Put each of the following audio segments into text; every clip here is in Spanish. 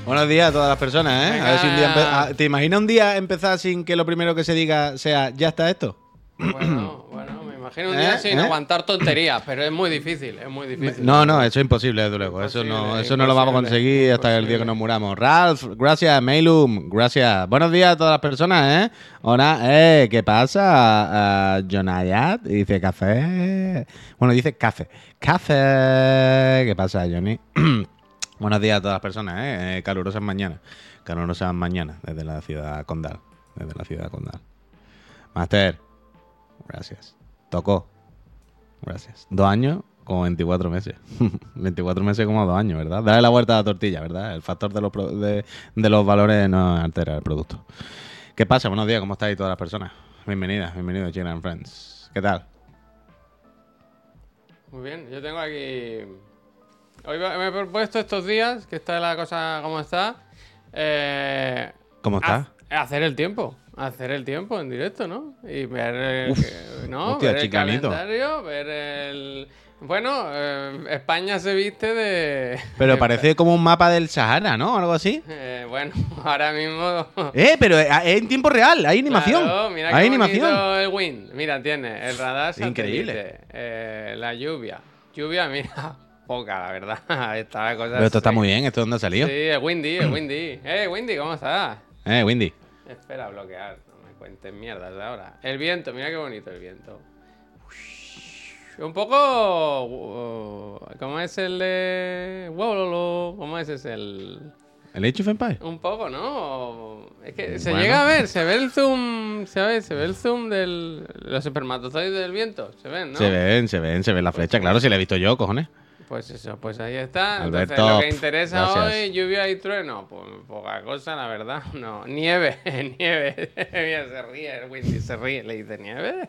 Buenos días a todas las personas, ¿eh? Venga. A ver si un día ¿Te imaginas un día empezar sin que lo primero que se diga sea ya está esto? Bueno, me imagino un día sin aguantar tonterías, pero es muy difícil, es muy difícil. No, eso es imposible, desde luego. Imposible, Eso no lo vamos a conseguir hasta el día que nos muramos. Ralph, gracias. Mailum, gracias. Buenos días a todas las personas, ¿eh? Hola, ¿qué pasa? Jonayat dice café. Bueno, dice café. Café. ¿Qué pasa, Johnny? Buenos días a todas las personas, ¿eh? Calurosas mañanas. Calurosas mañanas desde la ciudad condal. Desde la ciudad condal. Master, gracias. Tocó. Gracias. 2 años como 24 meses. 24 meses como 2 años, ¿verdad? Dale la vuelta a la tortilla, ¿verdad? El factor de los valores no altera el producto. ¿Qué pasa? Buenos días, ¿cómo estáis todas las personas? Bienvenidos, Chicken and Friends. ¿Qué tal? Muy bien, yo tengo aquí... Hoy me he propuesto estos días, que está la cosa como está. ¿Cómo está? Hacer el tiempo en directo, ¿no? Y ver, hostia, ver el chicanito. calendario, ver el... Bueno, España se viste de... Pero parece como un mapa del Sahara, ¿no? Algo así. Bueno, ahora mismo... Pero es en tiempo real, hay animación. Claro, mira hay qué animación. bonito el wind. Mira, tiene el radar satélite, Increíble. la lluvia. Lluvia, mira, poca, la verdad. Esta cosa Pero esto está muy bien, ¿esto dónde ha salido? Sí, el Windy, el Windy. Windy, ¿cómo estás? Windy. Espera, bloquear, no me cuentes mierdas ahora. El viento, mira qué bonito el viento. Un poco... ¿Cómo es el de... ¿Cómo es ese el...? ¿El Age of Empires? Un poco, ¿no? Es que se Bueno. llega a ver, se ve el zoom, ¿sabes? Se ve el zoom de los espermatozoides del viento, se ven, ¿no? Se ven la flecha, claro, si la he visto yo, cojones. Pues eso, pues ahí está. Alberto, Entonces, lo que interesa gracias. hoy, lluvia y trueno, pues poca cosa, la verdad. No, nieve, nieve. Mira, se ríe, el Windy se ríe, le dice nieve.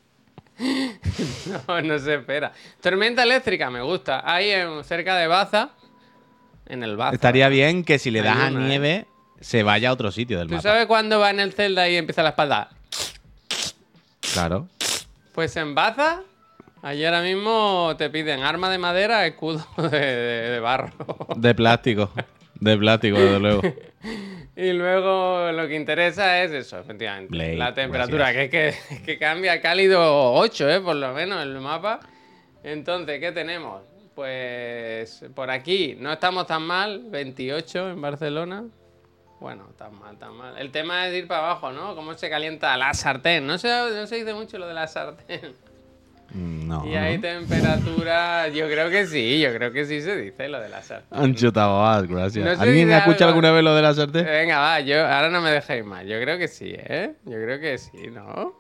No se espera. Tormenta eléctrica, me gusta. Ahí cerca de Baza, en el Baza. Estaría bien que si le das a Hay una, nieve, se vaya a otro sitio del ¿Tú mapa. sabes cuándo va en el Zelda y empieza la espalda? Claro. Pues en Baza, allí ahora mismo te piden arma de madera, escudo de barro. De plástico, desde luego. Y luego lo que interesa es eso, efectivamente. Blade, la temperatura, que cambia cálido 8, por lo menos el mapa. Entonces, ¿qué tenemos? Pues por aquí no estamos tan mal, 28 en Barcelona. Bueno, tan mal. El tema es ir para abajo, ¿no? Cómo se calienta la sartén. No se dice mucho lo de la sartén. No. Y hay temperatura, yo creo que sí se dice lo de la sartén. Ancho Tabas, gracias. No sé ¿Alguien si ha algo- escuchado alguna vez lo de la sartén? Venga, va, ahora no me dejéis más. Yo creo que sí, ¿eh? Yo creo que sí, ¿no?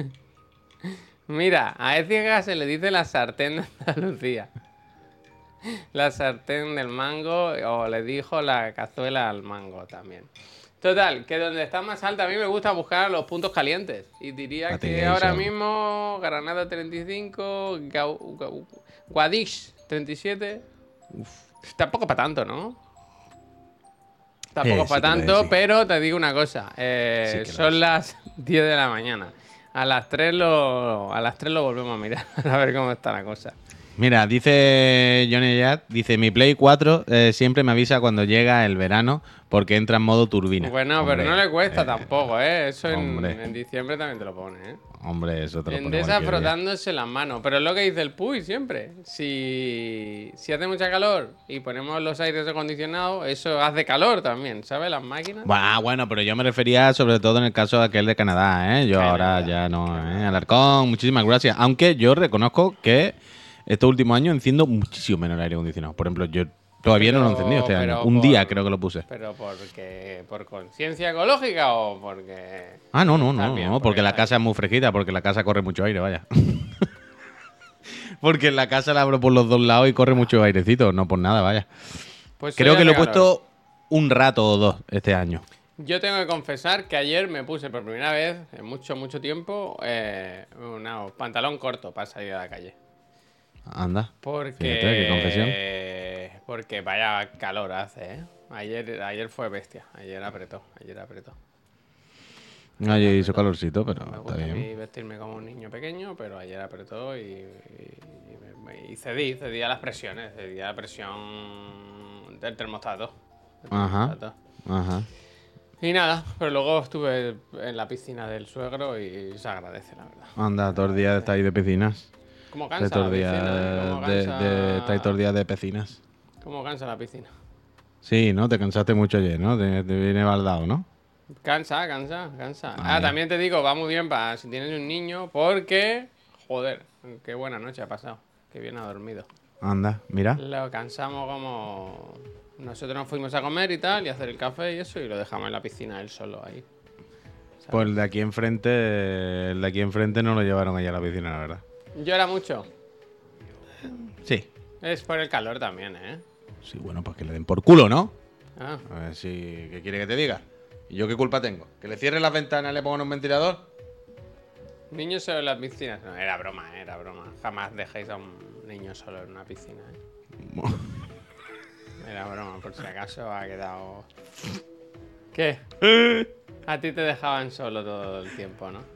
Mira, a Écija se le dice la sartén de Andalucía. La sartén del mango, o le dijo la cazuela al mango también. Total, que donde está más alta, a mí me gusta buscar los puntos calientes. Y diría que ahora mismo Granada 35, Guadix 37. Tampoco para tanto, ¿no? Tampoco Sí para que lo tanto, es, sí. pero te digo una cosa. Son las 10 de la mañana. A las 3 lo volvemos a mirar, a ver cómo está la cosa. Mira, dice Johnny Yat, dice mi Play 4 siempre me avisa cuando llega el verano porque entra en modo turbina. Bueno, Hombre, pero no le cuesta tampoco, ¿eh? Eso hombre. en diciembre también te lo pone, ¿eh? Hombre, eso te lo pone Endesa cualquier día. frotándose las manos. Pero es lo que dice el Puy siempre. Si hace mucha calor y ponemos los aires acondicionados, eso hace calor también, ¿sabes? Las máquinas. Bueno, pero yo me refería sobre todo en el caso de aquel de Canadá, ¿eh? Yo ahora ya no, ¿eh? Alarcón, muchísimas gracias. Aunque yo reconozco que estos últimos años enciendo muchísimo menos el aire acondicionado. Por ejemplo, yo todavía no lo he encendido este año. Un día creo que lo puse. ¿Pero por conciencia ecológica o porque...? Ah, no, También, porque la casa es muy fresquita, porque la casa corre mucho aire, vaya. Porque en la casa la abro por los dos lados y corre mucho airecito, no por nada, vaya. Pues Creo soy que lo he calor. puesto un rato o dos este año. Yo tengo que confesar que ayer me puse por primera vez en mucho tiempo un pantalón corto para salir a la calle. Anda. Porque... Fíjate, qué confesión. Porque vaya calor hace, ¿eh? Ayer fue bestia. Ayer apretó. Ayer hizo calorcito, pero Me está gusta a bien. mí vestirme como un niño pequeño, pero ayer apretó y cedí a las presiones. Cedí a la presión del termostato. Ajá. Ajá. Y nada, pero luego estuve en la piscina del suegro y se agradece, la verdad. Anda, todos los días estáis de piscinas. ¿Cómo Estáis cansa todos la los días piscina? ¿Cómo cansa... estáis todos los días de piscinas. ¿Cómo cansa la piscina? Sí, ¿no? Te cansaste mucho ayer, ¿no? Te viene baldado, ¿no? Cansa. También te digo, va muy bien para si tienes un niño, porque, joder, qué buena noche ha pasado, qué bien ha dormido. Anda, mira. Lo cansamos como... Nosotros nos fuimos a comer y tal, y a hacer el café y eso, y lo dejamos en la piscina él solo ahí. ¿Sabes? Pues el de aquí enfrente no lo llevaron allá a la piscina, la verdad. ¿Llora mucho? Sí. Es por el calor también, ¿eh? Sí, bueno, pues que le den por culo, ¿no? Ah, A ver si... ¿Qué quiere que te diga? ¿Y yo qué culpa tengo? ¿Que le cierre las ventanas y le pongan un ventilador? niños solo en las piscinas. No, era broma, era broma. Jamás dejéis a un niño solo en una piscina, ¿eh? Era broma, por si acaso ha quedado... ¿Qué? A ti te dejaban solo todo el tiempo, ¿no?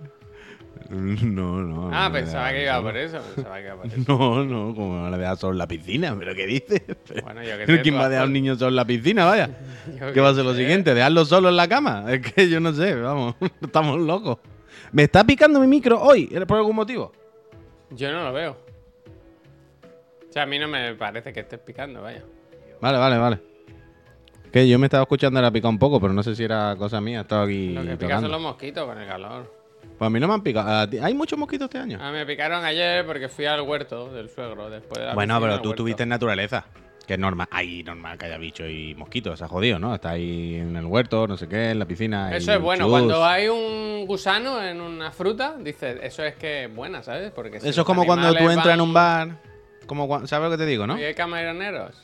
No. Ah, no me pensaba dejaban que iba solo. por eso, pensaba que iba por eso. No, como me van a dejar solo en la piscina, ¿pero qué dices? Bueno, yo qué ¿Pero sé, quién tú va a haz dejar a un por- niño solo en la piscina, vaya? Yo ¿Qué va a qué ser lo sé. siguiente? ¿Dejarlo solo en la cama? Es que yo no sé, vamos, estamos locos. ¿Me está picando mi micro hoy? ¿Por algún motivo? Yo no lo veo. O sea, a mí no me parece que estés picando, vaya. Vale. Que yo me estaba escuchando era picar un poco, pero no sé si era cosa mía, estaba aquí Lo que pica tocando. son los mosquitos con el calor. Pues a mí no me han picado. ¿Hay muchos mosquitos este año? Ah, me picaron ayer porque fui al huerto del suegro después de la Bueno, piscina pero al tú huerto. estuviste en naturaleza. Que es normal. Ahí normal que haya bichos y mosquitos, se ha jodido, ¿no? Está ahí en el huerto, no sé qué, en la piscina. Eso y es bueno, chus. cuando hay un gusano en una fruta, dices, eso es que es buena, ¿sabes? Porque si Eso es los como cuando tú animales entras en van- un bar. ¿Sabes lo que te digo, no? ¿Y hay camaroneros?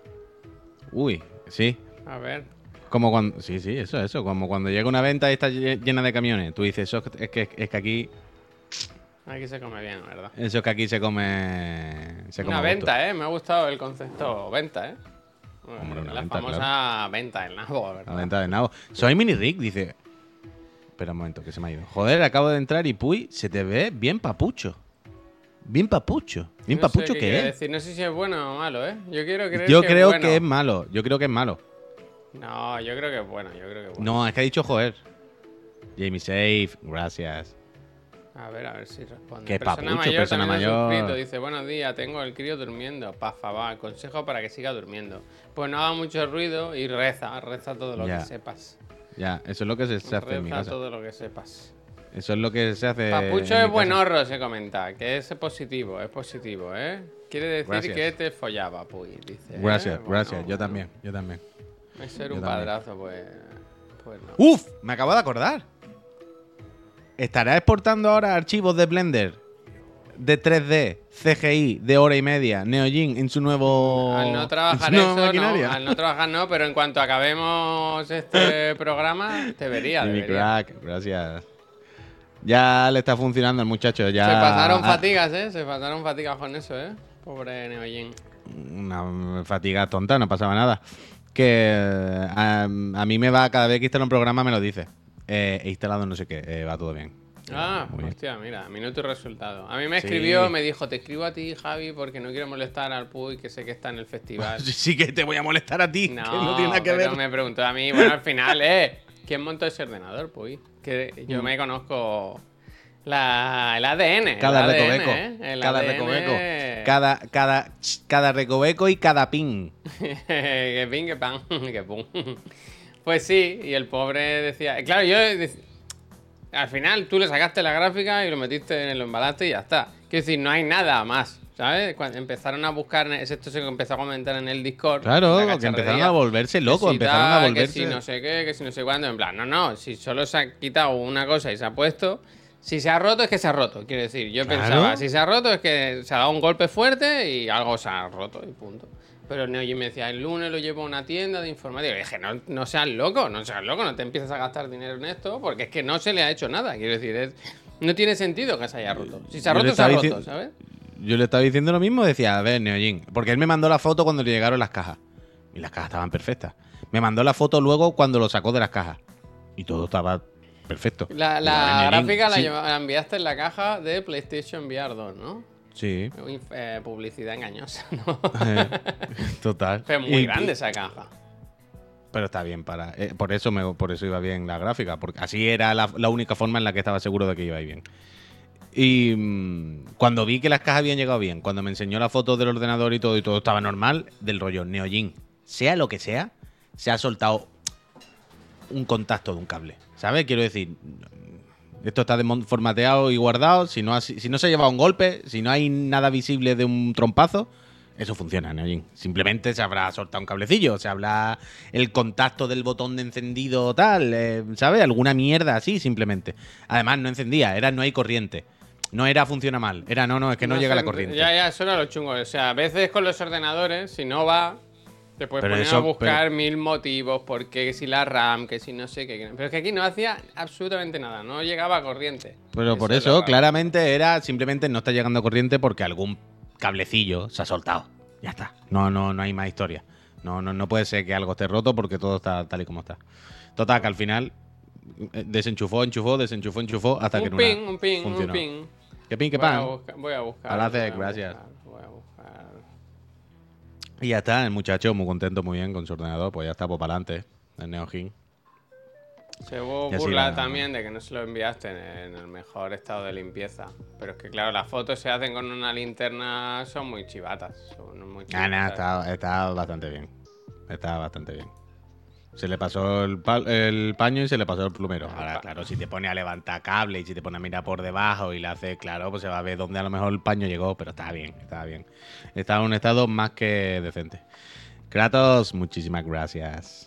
Uy, sí. A ver. Como cuando. Sí, eso. Como cuando llega una venta y está llena de camiones. Tú dices, eso es que aquí. Aquí se come bien, ¿verdad? Eso es que aquí se come. Se come Una a gusto. venta, ¿eh? Me ha gustado el concepto venta, ¿eh? Hombre, una la venta, famosa venta del nabo, ¿verdad? La venta de nabo. Soy Mini Rick, dice. Espera un momento, que se me ha ido. Joder, acabo de entrar y puy, se te ve bien papucho. Bien papucho. ¿Bien No sé papucho qué quiere es? decir. No sé si es bueno o malo, ¿eh? Yo quiero creer Yo que creo es bueno. que es malo. Yo creo que es malo. No, yo creo que es bueno, yo creo que es bueno. No, es que ha dicho joder. Jamie Safe, gracias. A ver si responde. Qué papucho, persona también me ha mayor. suscrito. Dice, buenos días, tengo el crío durmiendo. Pafa, va, consejo para que siga durmiendo. Pues no haga mucho ruido y reza todo lo Ya. que sepas. Ya, eso es lo que se hace en mi Reza casa. todo lo que sepas. Eso es lo que se hace. Papucho en es mi buen casa. horro, se comenta, que es positivo, ¿eh? Quiere decir Gracias. que te follaba, pues, dice. Gracias, Bueno, gracias. Yo bueno. también, yo también. Es ser Yo un también. padrazo, pues no. ¡Uf! Me acabo de acordar. ¿Estará exportando ahora archivos de Blender de 3D, CGI de hora y media, Neogin en su nuevo. Al no trabajar en su nueva eso, maquinaria? no. Al no trabajar no, pero en cuanto acabemos este programa, te vería, Mi debería. crack, gracias. Ya le está funcionando al muchacho. Ya Se pasaron fatigas, ¿eh? Se pasaron fatigas con eso, ¿eh? Pobre Neojin. Una fatiga tonta, no pasaba nada. Que a mí me va, cada vez que instalo un programa me lo dice. He instalado no sé qué, va todo bien. Ah, Muy bien. hostia, mira, minuto y resultado. A mí me Sí. escribió, me dijo, te escribo a ti, Javi, porque no quiero molestar al Puy, que sé que está en el festival. Sí que te voy a molestar a ti, No, que no tiene nada que pero ver. me preguntó a mí, bueno, al final, ¿quién montó ese ordenador, Puy? Que yo me conozco el ADN. Cada el ADN, recoveco, El cada ADN. recoveco, cada recoveco y cada pin. Que pin, que pan, que pum. Pues sí, y el pobre decía... Claro, al final tú le sacaste la gráfica y lo metiste, lo embalaste y ya está. Quiero decir, no hay nada más, ¿sabes? Cuando empezaron a buscar, esto se empezó a comentar en el Discord. Claro, la que empezaron cacharrería, a volverse locos, que si empezaron a tal, volverse. Que si no sé qué, que si no sé cuándo. En plan, no, si solo se ha quitado una cosa y se ha puesto... Si se ha roto, es que se ha roto. Quiero decir, yo Claro. pensaba, si se ha roto, es que se ha dado un golpe fuerte y algo se ha roto y punto. Pero Neojin me decía, el lunes lo llevo a una tienda de informática. Y dije, no seas loco, no te empieces a gastar dinero en esto, porque es que no se le ha hecho nada. Quiero decir, no tiene sentido que se haya roto. Si se ha Yo le roto, se ha estaba roto, dici- ¿sabes? Yo le estaba diciendo lo mismo, decía, a ver, Neojin, porque él me mandó la foto cuando le llegaron las cajas. Y las cajas estaban perfectas. Me mandó la foto luego cuando lo sacó de las cajas. Y todo estaba perfecto. La Digo, a ver, Neojin, gráfica sí. la enviaste en la caja de PlayStation VR 2, ¿no? Sí, Publicidad engañosa, ¿no? total. Fue muy Y- grande esa caja. Pero está bien para... por eso iba bien la gráfica, porque así era la única forma en la que estaba seguro de que iba a ir bien. Y cuando vi que las cajas habían llegado bien, cuando me enseñó la foto del ordenador y todo estaba normal, del rollo Neogin, sea lo que sea, se ha soltado un contacto de un cable. ¿Sabes? Quiero decir, esto está formateado y guardado. Si no se ha llevado un golpe, si no hay nada visible de un trompazo, eso funciona, Neogin. Simplemente se habrá soltado un cablecillo, se habrá el contacto del botón de encendido o tal, ¿sabes? Alguna mierda así, simplemente. Además, no encendía, no hay corriente. No era funciona mal, es que no llega la corriente. Ya, eso era lo chungo. O sea, a veces con los ordenadores, si no va, te puedes poner a buscar mil motivos, porque si la RAM, que si no sé qué. Pero es que aquí no hacía absolutamente nada, no llegaba a corriente. Pero por eso, claramente simplemente no está llegando a corriente porque algún cablecillo se ha soltado. Ya está. No hay más historia. No puede ser que algo esté roto porque todo está tal y como está. Total, que al final desenchufó, enchufó hasta que no funcionó. Un ping. ¿Qué ping, qué pan? Voy a buscar. Gracias. Voy a buscar. Y ya está, el muchacho muy contento, muy bien con su ordenador. Pues ya está, por para adelante, el Neogin. Se burla también de que no se lo enviaste en el mejor estado de limpieza. Pero es que, claro, las fotos se hacen con una linterna, son muy chivatas. Está bastante bien. Está bastante bien. Se le pasó el paño y se le pasó el plumero. Ahora, claro, si te pone a levantar cable y si te pone a mirar por debajo y le hace, claro, pues se va a ver dónde a lo mejor el paño llegó, pero está bien, está bien. Está en un estado más que decente. Kratos, muchísimas gracias.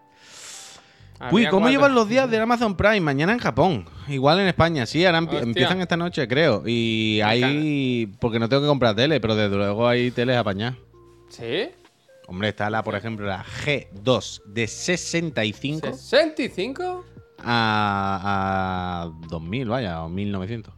Uy, ¿cómo llevan los días del Amazon Prime? Mañana en Japón, igual en España, sí, ahora empiezan esta noche, creo. Y hay, porque no tengo que comprar tele, pero desde luego hay teles apañadas. ¿Sí? Hombre, está por ejemplo, la G2 de 65. ¿65? A 2000, vaya, o 1900.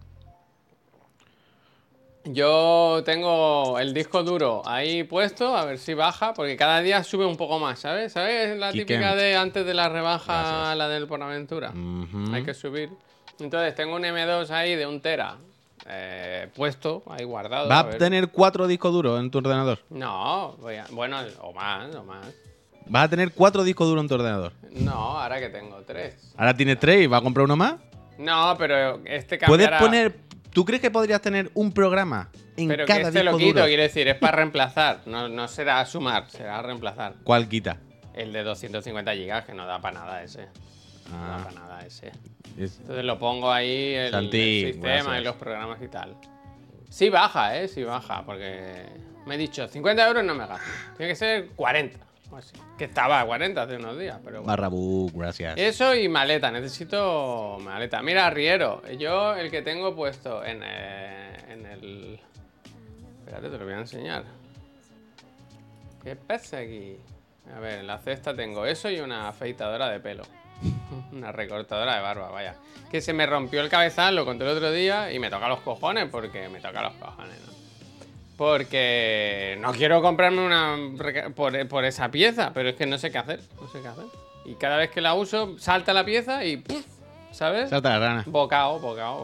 Yo tengo el disco duro ahí puesto, a ver si baja, porque cada día sube un poco más, ¿sabes? ¿Sabes? La típica de antes de la rebaja, gracias, la del Portaventura. Hay que subir. Entonces tengo un M2 ahí de 1 tera puesto, ahí guardado. ¿Va a tener 4 discos duros en tu ordenador? No, bueno, o más. ¿Vas a tener 4 discos duros en tu ordenador? No, ahora que tengo 3. ¿Ahora tienes 3 y vas a comprar uno más? No, pero este cambiará. ¿Puedes poner... ¿Tú crees que podrías tener un programa en pero cada disco duro? Pero que lo quito, quiero decir, es para reemplazar. No será sumar, será reemplazar. ¿Cuál quita? El de 250 gigas, que no da para nada ese. No da para nada ese. Entonces lo pongo ahí, el sistema, gracias, y los programas y tal. Sí baja, sí baja, porque me he dicho, 50 euros no me gasto. Tiene que ser 40. Así. Que estaba a 40 hace unos días, pero bueno. Barrabú, gracias. Eso y maleta, necesito maleta. Mira, Riero, yo el que tengo puesto en el... Espérate, te lo voy a enseñar. ¿Qué pasa aquí? A ver, en la cesta tengo eso y una afeitadora de pelo. Una recortadora de barba, vaya. Que se me rompió el cabezal, lo conté el otro día y me toca los cojones, porque me toca los cojones, ¿no? Porque no quiero comprarme una por esa pieza, pero es que no sé qué hacer, Y cada vez que la uso, salta la pieza y ¡puf! ¿Sabes? Salta la rana. Bocao.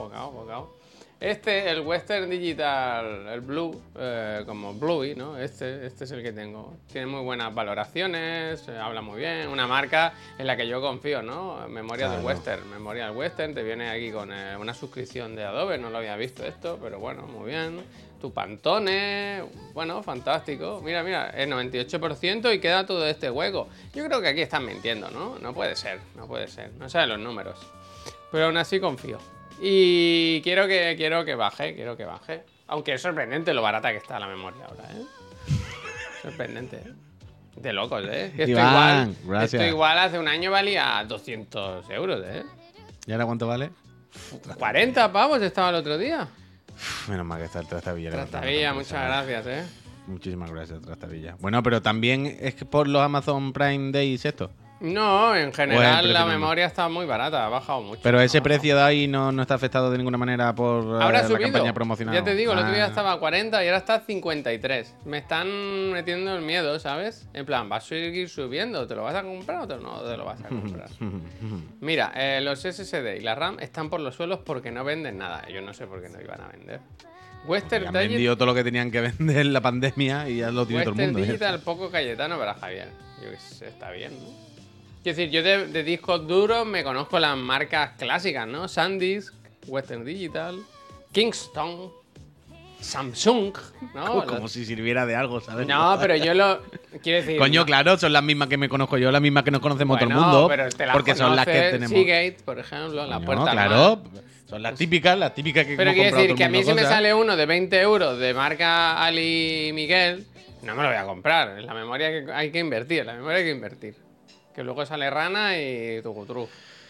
El Western Digital, el Blue, como Bluey, ¿no? Este es el que tengo. Tiene muy buenas valoraciones, habla muy bien. Una marca en la que yo confío, ¿no? Memoria del Western, te viene aquí con una suscripción de Adobe, no lo había visto esto, pero bueno, muy bien. Tu Pantone, bueno, fantástico. Mira, el 98% y queda todo este hueco. Yo creo que aquí están mintiendo, ¿no? No puede ser. No saben los números. Pero aún así confío. Y quiero que baje. Aunque es sorprendente lo barata que está la memoria ahora, ¿eh? Sorprendente, ¿eh? De locos, ¿eh? Que esto igual hace un año valía 200 euros, ¿eh? ¿Y ahora cuánto vale? 40 pavos estaba el otro día. Menos mal que está el Trastavilla. Trastavilla, muchas gracias, ¿eh? Muchísimas gracias, Trastavilla. Bueno, pero también es que por los Amazon Prime Days esto. No, en general la memoria está muy barata, ha bajado mucho. Pero ese precio de ahí no está afectado de ninguna manera por la campaña promocional. Ya te digo, el otro día estaba a 40 y ahora está a 53. Me están metiendo el miedo, ¿sabes? En plan, vas a seguir subiendo, ¿te lo vas a comprar o no te lo vas a comprar? Mira, los SSD y la RAM están por los suelos porque no venden nada. Yo no sé por qué no iban a vender. Western Digital... Han vendido todo lo que tenían que vender en la pandemia y ya lo tiene todo el mundo. Western Digital, poco Cayetano para Javier. Yo que sé, está bien, ¿no? Quiero decir, yo de discos duros me conozco las marcas clásicas, ¿no? SanDisk, Western Digital, Kingston, Samsung, ¿no? Como si sirviera de algo, ¿sabes? No, pero yo lo... Quiero decir... Coño, no. claro, son las mismas que me conozco yo, las mismas que nos conocemos todo el Bueno, mundo. pero te las porque son las que conoces, tenemos. Seagate, por ejemplo, la Coño, puerta claro, son las típicas que Pero hemos quiero comprado decir todo el que a mí mundo si me cosas. sale uno de 20 euros de marca Ali Miguel, no me lo voy a comprar. En la memoria que hay que invertir, en la memoria hay que invertir. Que luego sale rana y tugutru.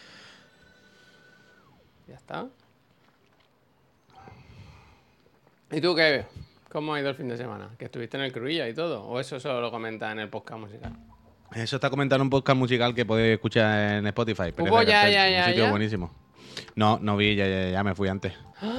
Ya está. ¿Y tú qué? ¿Cómo ha ido el fin de semana? ¿Que estuviste en el Cruilla y todo? ¿O eso solo lo comentas en el podcast musical? Eso está comentando un podcast musical que podéis escuchar en Spotify. ¿Hubo Pereza de Cartel, un ya? sitio buenísimo. No vi, ya me fui antes.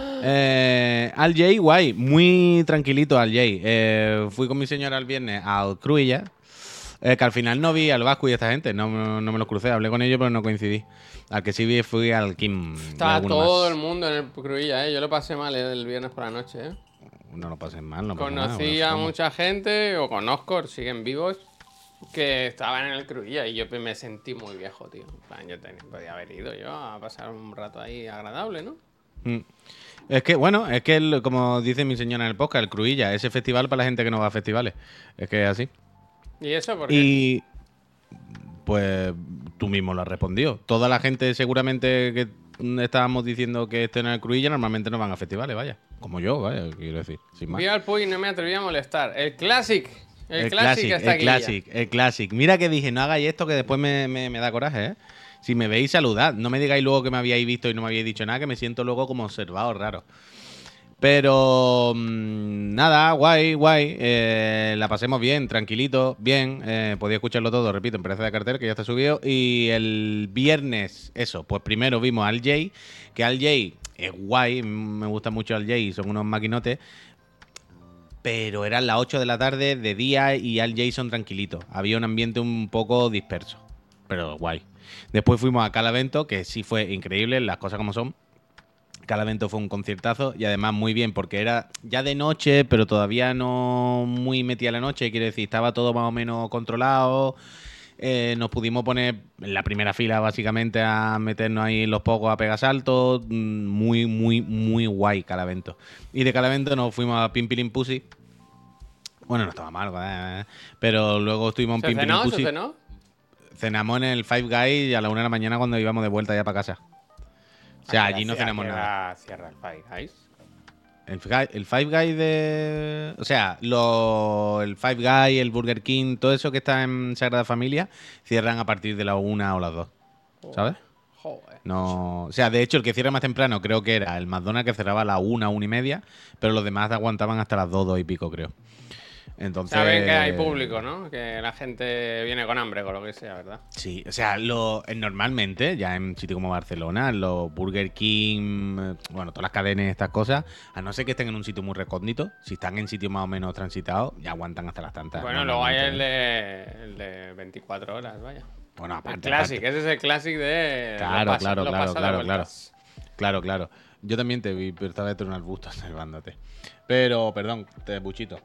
Al Jay, guay, muy tranquilito Al Jay. Fui con mi señora el viernes al Cruilla, que al final no vi al Vasco y esta gente, no me los crucé, hablé con ellos pero no coincidí. Al que sí vi fui al Kim. Estaba todo el mundo en el Cruilla, ¿eh? Yo lo pasé mal el viernes por la noche, ¿eh? No lo pasen mal, no pasa nada, Conocí a mucha gente, o conozco, siguen vivos, que estaban en el Cruilla y yo me sentí muy viejo, tío. En plan, podía haber ido yo a pasar un rato ahí agradable, ¿no? Es que, bueno, como dice mi señora en el podcast, el Cruilla, ese festival para la gente que no va a festivales. Es que es así. ¿Y eso por qué? Y pues tú mismo lo has respondido. Toda la gente seguramente que estábamos diciendo que estén en el Cruilla normalmente no van a festivales, vaya. Como yo, vaya, quiero decir, sin más. Vi al Puy y no me atreví a molestar. El Classic está aquí el Classic. Mira que dije, no hagáis esto que después me da coraje, ¿eh? Si me veis, saludad. No me digáis luego que me habíais visto y no me habíais dicho nada, que me siento luego como observado raro. Pero nada, guay. La pasemos bien, tranquilito, bien. Podía escucharlo todo, repito, en Pereza de Cartel, que ya está subido. Y el viernes, eso, pues primero vimos al Jay, que al Jay es guay, me gusta mucho al Jay, son unos maquinotes. Pero eran las 8 de la tarde de día y al Jason tranquilito. Había un ambiente un poco disperso, pero guay. Después fuimos a Calavento, que sí fue increíble, las cosas como son. Calavento fue un conciertazo y además muy bien, porque era ya de noche, pero todavía no muy metida la noche, quiero decir, estaba todo más o menos controlado. Nos pudimos poner en la primera fila básicamente a meternos ahí en los pocos a pegar saltos. Muy guay Calavento. Y de Calavento nos fuimos a Pimpilin Pussy. Bueno, no estaba mal, pero luego estuvimos en Pimpilin Pussy. ¿Se cenó? Cenamos en el Five Guys a la 1 de la mañana cuando íbamos de vuelta ya para casa. O sea, allí no cenamos nada. Cierra el Five Guys. El Five Guys de... O sea, el Five Guys, el Burger King, todo eso que está en Sagrada Familia, cierran a partir de la 1 o las 2. ¿Sabes? Joder. No, o sea, de hecho, el que cierra más temprano creo que era el McDonald's, que cerraba a la 1 y media, pero los demás aguantaban hasta las 2 y pico, creo. Entonces... Saben que hay público, ¿no? Que la gente viene con hambre, con lo que sea, ¿verdad? Sí, o sea, normalmente, ya en sitios como Barcelona, los Burger King, bueno, todas las cadenas, estas cosas, a no ser que estén en un sitio muy recóndito, si están en sitios más o menos transitados, ya aguantan hasta las tantas. Bueno, luego hay el de 24 horas, vaya. Bueno, aparte. El Classic, ese es el Classic de... Claro. Claro. Yo también te vi, pero estaba de un arbusto observándote. Pero, perdón, te buchito.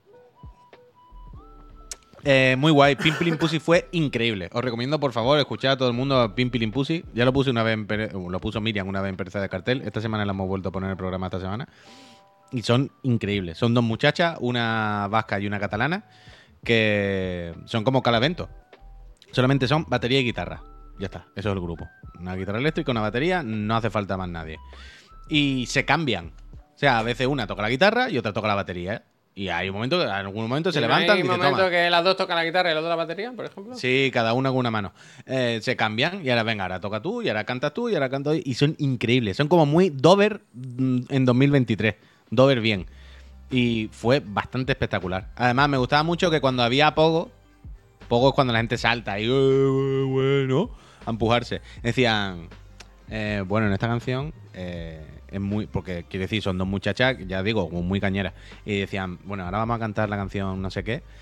Muy guay, Pimpilin Pussy fue increíble. Os recomiendo, por favor, escuchar a todo el mundo Pimpilin Pussy. Ya lo puse una vez lo puso Miriam una vez en Pereza de Cartel. Esta semana la hemos vuelto a poner en el programa esta semana. Y son increíbles. Son dos muchachas, una vasca y una catalana, que son como Calavento. Solamente son batería y guitarra. Ya está, eso es el grupo. Una guitarra eléctrica, una batería, no hace falta más nadie. Y se cambian. O sea, a veces una toca la guitarra y otra toca la batería, ¿eh? Y hay un momento, en algún momento se levantan y ¿Hay un dicen, momento toma. que las dos tocan la guitarra y los dos la batería, por ejemplo? Sí, cada una con una mano. Se cambian y ahora venga, ahora toca tú y ahora cantas tú y ahora canto yo. Y son increíbles. Son como muy Dover en 2023. Dover bien. Y fue bastante espectacular. Además, me gustaba mucho que cuando había pogo es cuando la gente salta y bueno, a empujarse. Decían, bueno, en esta canción es muy... Porque quiere decir, son dos muchachas, ya digo, como muy cañeras. Y decían, bueno, ahora vamos a cantar la canción no sé qué.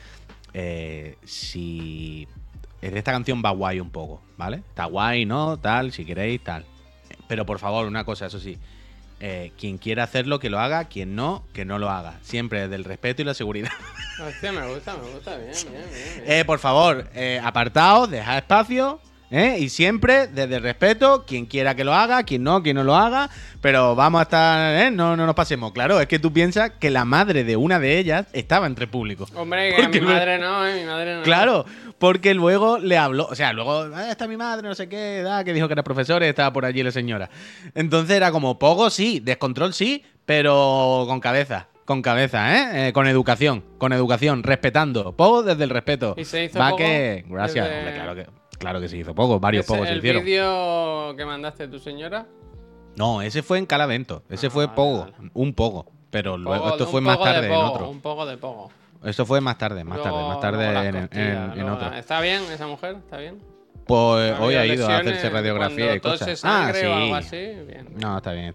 Si... Esta canción va guay un poco, ¿vale? Está guay, ¿no? Tal, si queréis, tal. Pero por favor, una cosa, eso sí. Quien quiera hacerlo, que lo haga. Quien no, que no lo haga. Siempre desde el respeto y la seguridad. Hostia, me gusta, bien. Por favor, apartaos, dejad espacio. Y siempre desde el respeto, quien quiera que lo haga, quien no lo haga, pero vamos a estar, no nos pasemos. Claro, es que tú piensas que la madre de una de ellas estaba entre público. Hombre, que mi madre no, mi madre no. Claro, porque luego le habló, o sea, luego, está mi madre, no sé qué, que dijo que era profesor y estaba por allí la señora. Entonces era como, poco sí, descontrol sí, pero con cabeza. Con cabeza, con educación, respetando. Pogo desde el respeto. ¿Y se hizo Va pogo? que. Gracias, Desde- hombre, claro que se hizo poco, varios pogos se ¿El hicieron. vídeo que mandaste tu señora? No, ese fue en Calavento, ese fue vale, pogo, vale. un pogo. Pero luego Pogo- esto un fue más poco de tarde en pogo, otro. Un poco de pogo. Esto fue más tarde Luego las en costillas, luego otro. ¿Está bien esa mujer? ¿Está bien? Pues ¿Ha hoy habido ha ido a lesiones hacerse radiografía cuando y cosas. tose sangre o algo sí. así? Bien. No, está bien.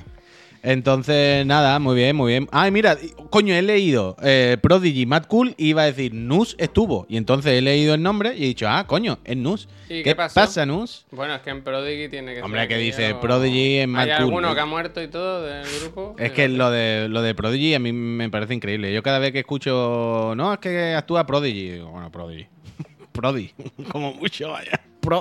Entonces, nada, muy bien. Ay, mira, coño, he leído Prodigy, Mad Cool, y iba a decir Nus estuvo. Y entonces he leído el nombre y he dicho, coño, es Nus. ¿Y ¿Qué qué pasó? pasa, Nus? Bueno, es que en Prodigy tiene que Hombre, ser que aquello- dice Prodigy en Mad ¿Hay Cool. alguno que ha muerto y todo del grupo? Es que lo de Prodigy a mí me parece increíble. Yo cada vez que escucho, no, es que actúa Prodigy. Digo, bueno, Prodigy. Prodi, como mucho, vaya. Prod.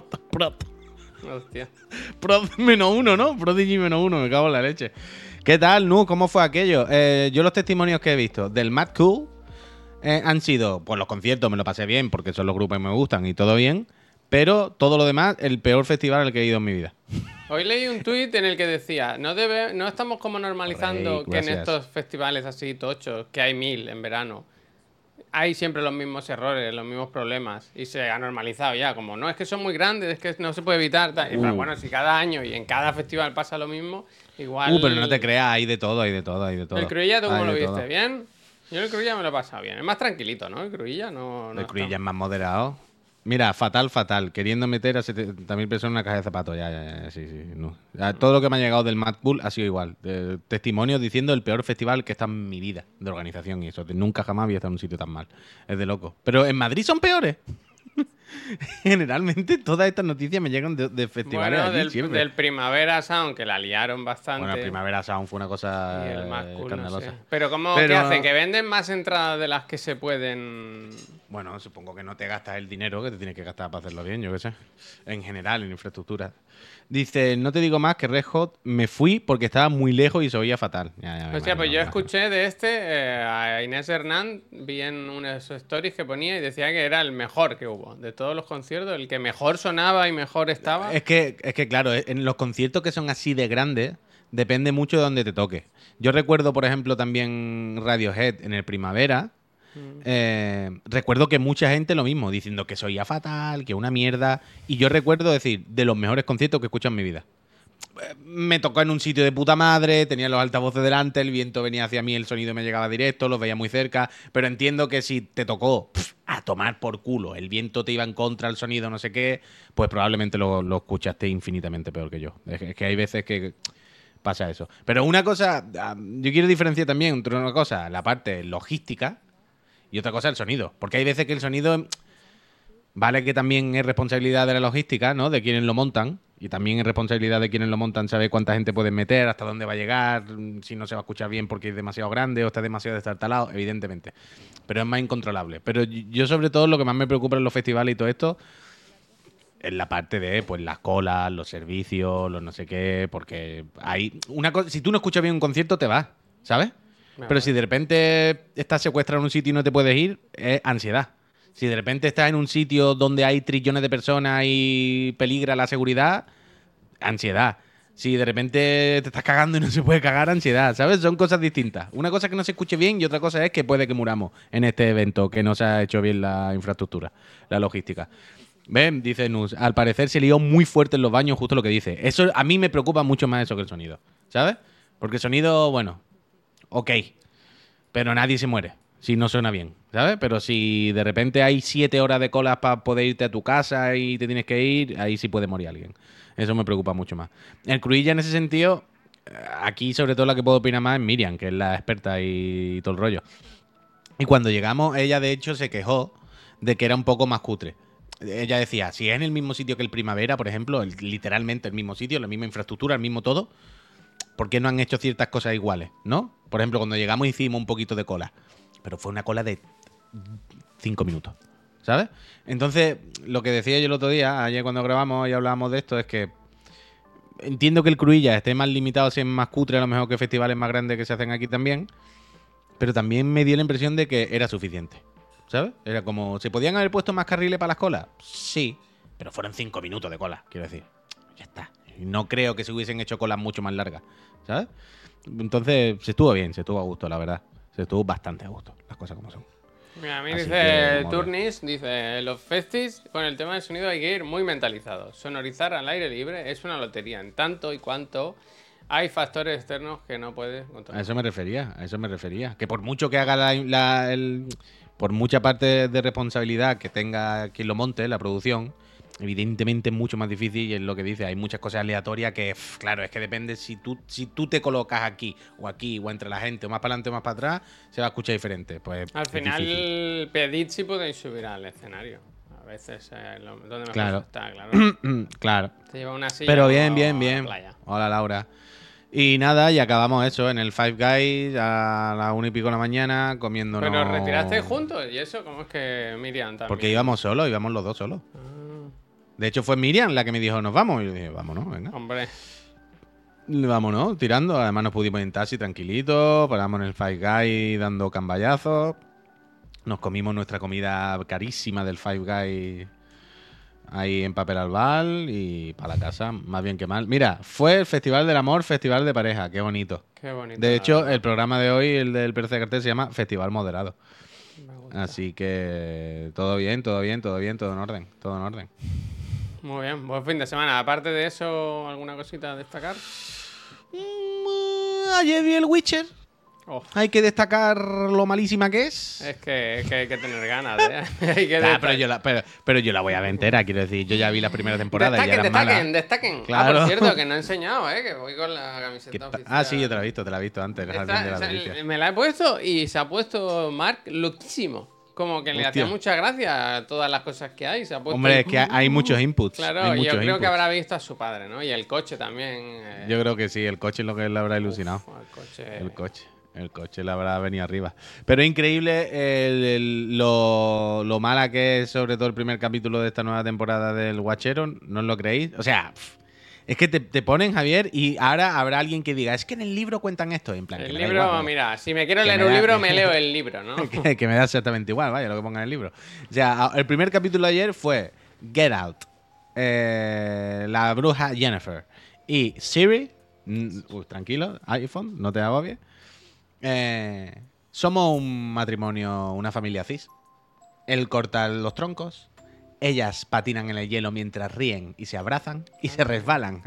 Hostia. Prod -1, ¿no? Prodigy -1, me cago en la leche. ¿Qué tal, Nu? ¿Cómo fue aquello? Yo los testimonios que he visto del Mad Cool han sido, pues los conciertos me lo pasé bien porque son los grupos que me gustan y todo bien, pero todo lo demás, el peor festival al que he ido en mi vida. Hoy leí un tuit en el que decía, no estamos como normalizando Correcto, que en gracias. estos festivales así tochos, que hay 1000 en verano, hay siempre los mismos errores, los mismos problemas, y se ha normalizado ya, como no, es que son muy grandes, es que no se puede evitar, tal. Pero bueno, si cada año y en cada festival pasa lo mismo, igual... Pero no te creas, hay de todo. ¿El Cruilla tú cómo Hay lo de viste? todo. ¿Bien? Yo el Cruilla me lo he pasado bien. Es más tranquilito, ¿no? El Cruilla no El está- Cruilla es más moderado. Mira, fatal. Queriendo meter a 70.000 personas en una caja de zapatos. Ya, sí, no. Ya, todo lo que me ha llegado del Mad Cool ha sido igual. Testimonios diciendo el peor festival que está en mi vida de organización y eso. Nunca jamás había estado en un sitio tan mal. Es de loco. Pero en Madrid son peores. Generalmente todas estas noticias me llegan de festivales Bueno, allí siempre. del Primavera Sound, que la liaron bastante. Bueno, Primavera Sound fue una cosa Y el Mad Cool, no escandalosa. sé. Pero ¿cómo Pero- qué hacen? ¿Que venden más entradas de las que se pueden...? Bueno, supongo que no te gastas el dinero que te tienes que gastar para hacerlo bien, yo qué sé. En general, en infraestructura. Dice, no te digo más que Red Hot me fui porque estaba muy lejos y se oía fatal. Ya, me Hostia, pues yo imagino. escuché de a Inés Hernán, vi en unas stories que ponía y decía que era el mejor que hubo. De todos los conciertos, el que mejor sonaba y mejor estaba. Es que, claro, en los conciertos que son así de grandes, depende mucho de dónde te toque. Yo recuerdo, por ejemplo, también Radiohead en el Primavera. Recuerdo que mucha gente lo mismo, diciendo que soy fatal, que una mierda. Y yo recuerdo decir, de los mejores conciertos que he escuchado en mi vida. Me tocó en un sitio de puta madre, tenía los altavoces delante, el viento venía hacia mí, el sonido me llegaba directo, los veía muy cerca. Pero entiendo que si te tocó a tomar por culo, el viento te iba en contra, el sonido, no sé qué, pues probablemente lo escuchaste infinitamente peor que yo. Es que hay veces que pasa eso. Pero una cosa, yo quiero diferenciar también entre una cosa, la parte logística y otra cosa el sonido. Porque hay veces que el sonido, vale que también es responsabilidad de la logística, ¿no? De quienes lo montan. Y también es responsabilidad de quienes lo montan saber cuánta gente pueden meter, hasta dónde va a llegar, si no se va a escuchar bien porque es demasiado grande o está demasiado destartalado, evidentemente. Pero es más incontrolable. Pero yo sobre todo lo que más me preocupa en los festivales y todo esto es la parte de pues las colas, los servicios, los no sé qué, porque hay una cosa, si tú no escuchas bien un concierto te vas, ¿sabes? Pero si de repente estás secuestrado en un sitio y no te puedes ir, es ansiedad. Si de repente estás en un sitio donde hay trillones de personas y peligra la seguridad, ansiedad. Si de repente te estás cagando y no se puede cagar, ansiedad, ¿sabes? Son cosas distintas. Una cosa es que no se escuche bien y otra cosa es que puede que muramos en este evento, que no se ha hecho bien la infraestructura, la logística. Ven, dice Nus, al parecer se lió muy fuerte en los baños, justo lo que dice. Eso a mí me preocupa mucho más eso que el sonido, ¿sabes? Porque el sonido, bueno, ok, pero nadie se muere si no suena bien, ¿sabes? Pero si de repente hay 7 horas de cola para poder irte a tu casa y te tienes que ir, ahí sí puede morir alguien. Eso me preocupa mucho más. El Cruilla en ese sentido, aquí sobre todo la que puedo opinar más es Miriam, que es la experta y todo el rollo. Y cuando llegamos, ella de hecho se quejó de que era un poco más cutre. Ella decía, si es en el mismo sitio que el Primavera, por ejemplo, literalmente el mismo sitio, la misma infraestructura, el mismo todo, ¿por qué no han hecho ciertas cosas iguales, no? Por ejemplo, cuando llegamos hicimos un poquito de cola, pero fue una cola de 5 minutos, ¿sabes? Entonces, lo que decía yo el otro día, ayer cuando grabamos y hablábamos de esto, es que entiendo que el Cruillas esté más limitado, si es más cutre a lo mejor que festivales más grandes que se hacen aquí también, pero también me dio la impresión de que era suficiente, ¿sabes? Era como, ¿se podían haber puesto más carriles para las colas? Sí, pero fueron 5 minutos de cola, quiero decir. Ya está. No creo que se hubiesen hecho colas mucho más largas, ¿sabes? Entonces, se estuvo bien, se estuvo a gusto, la verdad. Se estuvo bastante a gusto, las cosas como son. Mira, a mí Así dice que, Turnis, dice, los festis con el tema del sonido hay que ir muy mentalizados. Sonorizar al aire libre es una lotería, en tanto y cuanto hay factores externos que no puedes A controlar. eso me refería, a eso me refería. Que por mucho que haga por mucha parte de responsabilidad que tenga quien lo monte, la producción, evidentemente es mucho más difícil y es lo que dice, hay muchas cosas aleatorias que, claro, es que depende si tú te colocas aquí o entre la gente, o más para adelante o más para atrás, se va a escuchar diferente. Pues Al es final, difícil. pedid si podéis subir al escenario. A veces, donde mejor Claro. está, claro. Claro. Te lleva una silla Pero bien, como bien, a la bien. playa. Hola, Laura. Y nada, y acabamos eso en el Five Guys a las 1:00 de la mañana comiéndonos. Pero retirasteis juntos, ¿y eso? ¿Cómo es que Miriam también? Porque íbamos solos, íbamos los dos solos. Ah, De hecho, fue Miriam la que me dijo, nos vamos. Y yo dije, vámonos, venga. hombre, Vámonos, tirando. Además, nos pudimos ir en taxi tranquilito. Paramos en el Five Guys dando camballazos. Nos comimos nuestra comida carísima del Five Guys ahí en papel albal y para la casa, más bien que mal. Mira, fue el Festival del Amor, Festival de Pareja, qué bonito. qué bonito. De la hecho, verdad. el programa de hoy, el del PRC Cartel, se llama Festival Moderado. Me gusta. Así que todo bien, todo bien, todo bien, todo en orden, todo en orden. Muy bien, buen fin de semana. Aparte de eso, ¿alguna cosita a destacar? Ayer vi el Witcher. Oh, Hay que destacar lo malísima que es. es que hay que tener ganas, ¿eh? Hay que Nah, destacar. pero yo la voy a ver entera, quiero decir. Yo ya vi la primera temporada y ya Destaquen, era destaquen, mala. destaquen. Ah, Claro. por cierto, que no he enseñado, ¿eh? Que voy con la camiseta oficial. Ah, sí, yo te la he visto antes. el Jardín de las Delicias. Me la he puesto y se ha puesto Mark loquísimo. Como que le Hostia. hacía mucha gracia a todas las cosas que hay. Se ha puesto Hombre, es que hay muchos inputs. Claro, hay yo muchos creo que inputs. habrá visto a su padre, ¿no? Y el coche también. Yo creo que sí, el coche es lo que le habrá ilusionado. El coche. El coche le habrá venido arriba. Pero es increíble lo mala que es, sobre todo el primer capítulo de esta nueva temporada del Watchero. ¿No os lo creéis? O sea, es que te ponen, Javier, y ahora habrá alguien que diga, es que en el libro cuentan esto. En plan, El que me da libro, igual, mira, si me quiero Que leer me un da- libro, me leo el libro, ¿no? que me da exactamente igual, vaya, lo que ponga en el libro. O sea, el primer capítulo de ayer fue Get Out, la bruja Jennifer y Siri. Tranquilo, iPhone, no te agobies. Somos un matrimonio, una familia cis. Él corta los troncos, ellas patinan en el hielo mientras ríen y se abrazan y se resbalan.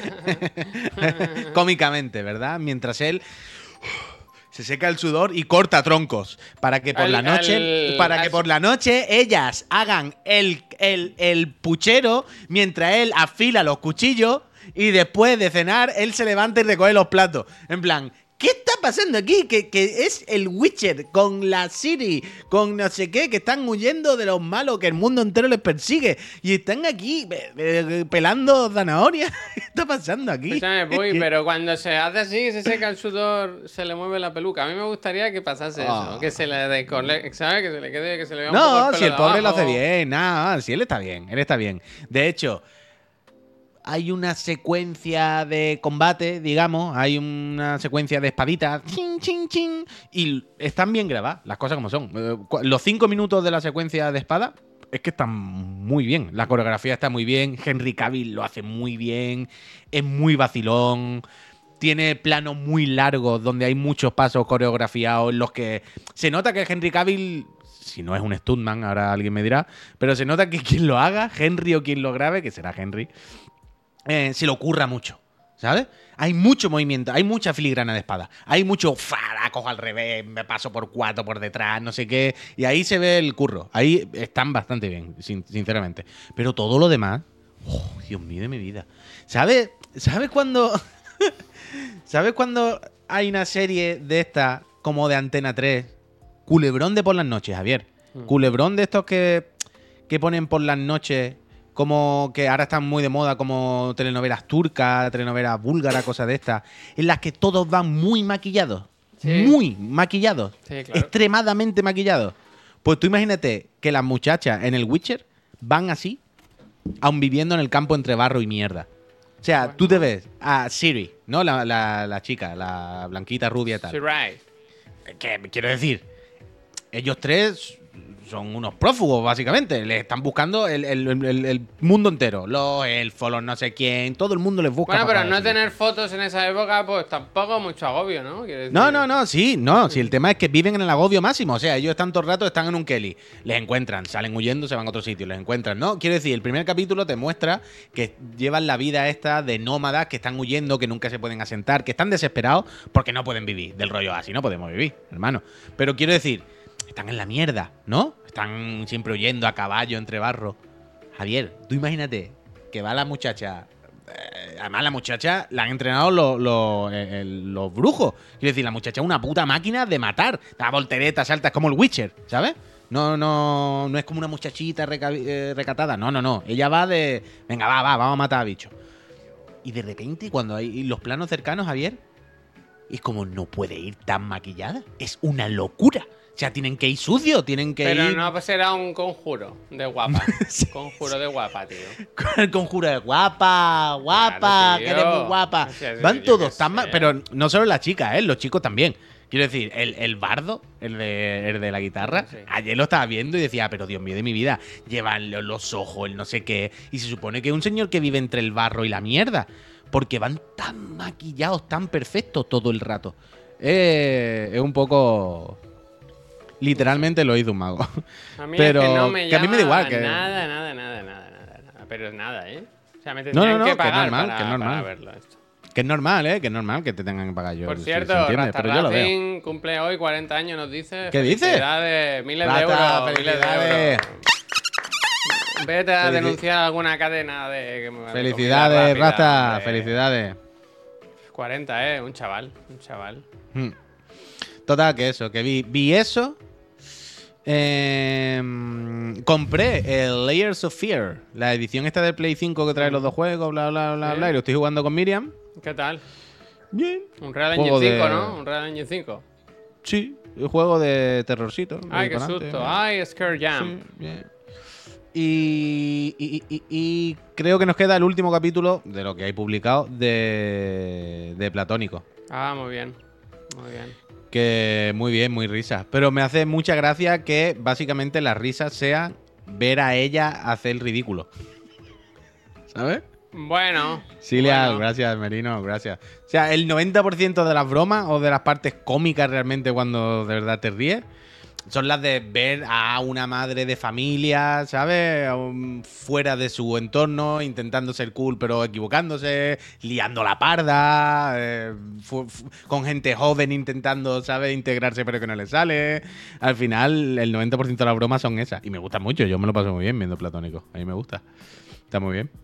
Cómicamente, ¿verdad? Mientras él se seca el sudor y corta troncos para que por la noche ellas hagan el puchero mientras él afila los cuchillos y después de cenar él se levanta y recoge los platos. En plan, ¿qué está pasando aquí? Que es el Witcher con la Siri, con no sé qué, que están huyendo de los malos, que el mundo entero les persigue y están aquí pelando zanahorias. ¿Qué está pasando aquí? Escúchame, Puy, Es que- pero cuando se hace así, se seca el sudor, se le mueve la peluca. A mí me gustaría que pasase eso, que se le ¿sabes? Que se le quede, que se le vea un poco No, el pelo si el de pobre lo hace abajo. bien, nada, si él está bien, él está bien. De hecho, hay una secuencia de combate, digamos, hay una secuencia de espaditas, chin, chin, chin, y están bien grabadas, las cosas como son. Los 5 minutos de la secuencia de espada es que están muy bien, la coreografía está muy bien, Henry Cavill lo hace muy bien, es muy vacilón. Tiene planos muy largos donde hay muchos pasos coreografiados en los que se nota que Henry Cavill, si no es un stuntman, ahora alguien me dirá, pero se nota que quien lo haga, Henry o quien lo grabe, que será Henry, se le ocurra mucho, ¿sabes? Hay mucho movimiento, hay mucha filigrana de espada, hay mucho la cojo al revés, me paso por 4 por detrás, no sé qué, y ahí se ve el curro. Ahí están bastante bien, sinceramente. Pero todo lo demás, oh, Dios mío de mi vida. ¿Sabes cuando ¿Sabes cuando hay una serie de estas como de Antena 3? Culebrón de por las noches, Javier. Culebrón de estos que ponen por las noches, como que ahora están muy de moda, como telenovelas turcas, telenovelas búlgaras, cosas de estas, en las que todos van muy maquillados. Sí. Muy maquillados. Sí, claro. Extremadamente maquillados. Pues tú imagínate que las muchachas en el Witcher van así, aun viviendo en el campo entre barro y mierda. O sea, Bueno. tú te ves a Siri, ¿no? La chica, la blanquita rubia y tal. Sí, right. Que quiero decir, ellos tres son unos prófugos, básicamente. Les están buscando el mundo entero. Los elfos, los no sé quién, todo el mundo les busca. Bueno, para pero no joder. tener fotos en esa época, pues tampoco mucho agobio, ¿no? Quiero decir- No, si el tema es que viven en el agobio máximo, o sea, ellos están todo el rato, están en un Kelly, les encuentran, salen huyendo, se van a otro sitio, les encuentran, ¿no? Quiero decir, el primer capítulo te muestra que llevan la vida esta de nómadas, que están huyendo, que nunca se pueden asentar, que están desesperados porque no pueden vivir, del rollo así, no podemos vivir, hermano. Pero quiero decir, están en la mierda, ¿no? Están siempre huyendo a caballo entre barro. Javier, tú imagínate que va la muchacha. Además, la muchacha la han entrenado los brujos. Quiero decir, la muchacha es una puta máquina de matar. Da volteretas, salta, es como el Witcher, ¿sabes? No es como una muchachita recatada. No. Ella va de. Venga, vamos a matar a bichos. Y de repente, cuando hay los planos cercanos, Javier, es como no puede ir tan maquillada. Es una locura. O sea, tienen que ir sucios, tienen que Pero ir. no, pues era un conjuro de guapa. Conjuro de guapa, tío. Con el conjuro de guapa, Claro, que tío. eres muy guapa. O sea, Van yo todos qué tan sé. mal. Pero no solo las chicas, los chicos también. Quiero decir, el bardo, el de la guitarra, Sí. ayer lo estaba viendo y decía, pero Dios mío de mi vida, llevan los ojos, el no sé qué. Y se supone que es un señor que vive entre el barro y la mierda. Porque van tan maquillados, tan perfectos todo el rato. Es un poco. Literalmente lo hizo un mago. A mí Pero es que no me que a mí me da llama igual. Que... nada. Pero nada, ¿eh? O sea, me No, tendrían no, que que pagar normal, para, que normal. para verlo esto. Que es normal, ¿eh? Que es normal que te tengan que pagar yo. Por se cierto, entiende, Rasta pero yo lo veo. Racing cumple hoy 40 años, nos dice. ¿Qué dice? Felicidades, miles de Rasta, euros, miles de felicidades. euros. Vete a denunciar alguna cadena de... que me- Felicidades, comida rápida, Rasta, hombre. felicidades. 40, un chaval. Hmm. Total, que eso, que vi eso. Compré el Layers of Fear, la edición esta del Play 5 que trae los dos juegos, bla, bla, bla, Sí. bla. Y lo estoy jugando con Miriam. ¿Qué tal? Bien. Un Real Juego Engine 5, de- ¿no? Un Real Engine 5. Sí, un juego de terrorcito. Ay, ahí qué pa'lante, susto. bien. Ay, Scare Jam. Sí, bien. Y creo que nos queda el último capítulo de lo que hay publicado de Platónico. Ah, muy bien. Muy bien. Que muy bien, muy risas. Pero me hace mucha gracia que básicamente las risas sean ver a ella hacer el ridículo. ¿Sabes? Bueno. Cilia, bueno. gracias, Merino, gracias. O sea, el 90% de las bromas o de las partes cómicas realmente cuando de verdad te ríes son las de ver a una madre de familia, ¿sabes? Fuera de su entorno, intentando ser cool pero equivocándose, liando la parda, con gente joven intentando, ¿sabes? Integrarse pero que no le sale. Al final, el 90% de las bromas son esas. Y me gustan mucho, yo me lo paso muy bien viendo Platónico. A mí me gusta. Está muy bien.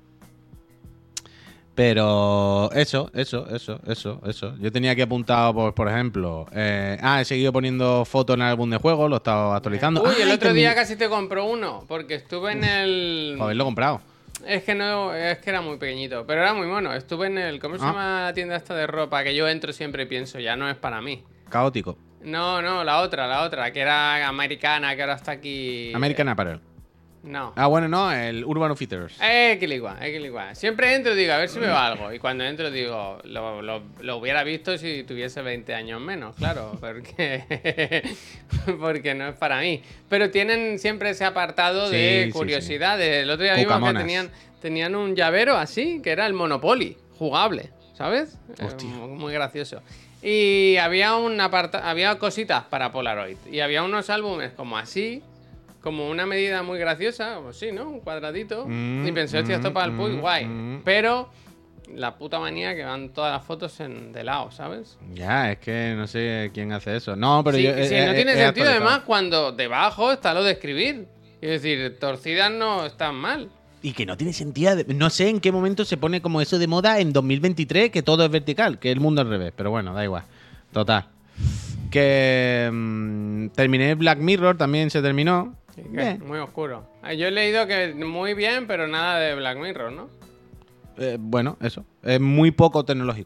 Pero eso. Yo tenía aquí apuntado, por ejemplo. He seguido poniendo fotos en el álbum de juegos, lo he estado actualizando. Uy, el Ay, otro día casi te compró uno, porque estuve en el... Por haberlo comprado. Es que no, es que era muy pequeñito, pero era muy mono. Estuve en el... ¿Cómo se llama la tienda esta de ropa? Que yo entro siempre y pienso, ya no es para mí. Caótico. No, la otra, que era americana, que ahora está aquí... American Apparel. No. Ah, bueno, no, el Urban Outfitters. Equiligua. Siempre entro y digo, a ver si veo algo. Y cuando entro digo, lo hubiera visto si tuviese 20 años menos, claro, porque, porque no es para mí. Pero tienen siempre ese apartado de Sí, sí, curiosidades. El otro día vimos que Cucamonas. tenían un llavero así, que era el Monopoly, jugable, ¿sabes? Hostia. Muy gracioso. Y había había cositas para Polaroid. Y había unos álbumes como así, como una medida muy graciosa, como sí, ¿no? Un cuadradito. Y pensé, hostia, esto para el Puy, guay. Pero la puta manía que van todas las fotos de lado, ¿sabes? Ya, es que no sé quién hace eso. No, pero Sí, yo. sí, no tiene he sentido actualizado. además cuando debajo está lo de escribir. Es decir, torcidas no están mal. Y que no tiene sentido. No sé en qué momento se pone como eso de moda en 2023, que todo es vertical, que el mundo al revés. Pero bueno, da igual. Total. Que terminé Black Mirror, también se terminó. Sí, que Bien. es muy oscuro. Yo he leído que muy bien, pero nada de Black Mirror, ¿no? Bueno, eso. Es muy poco tecnológico.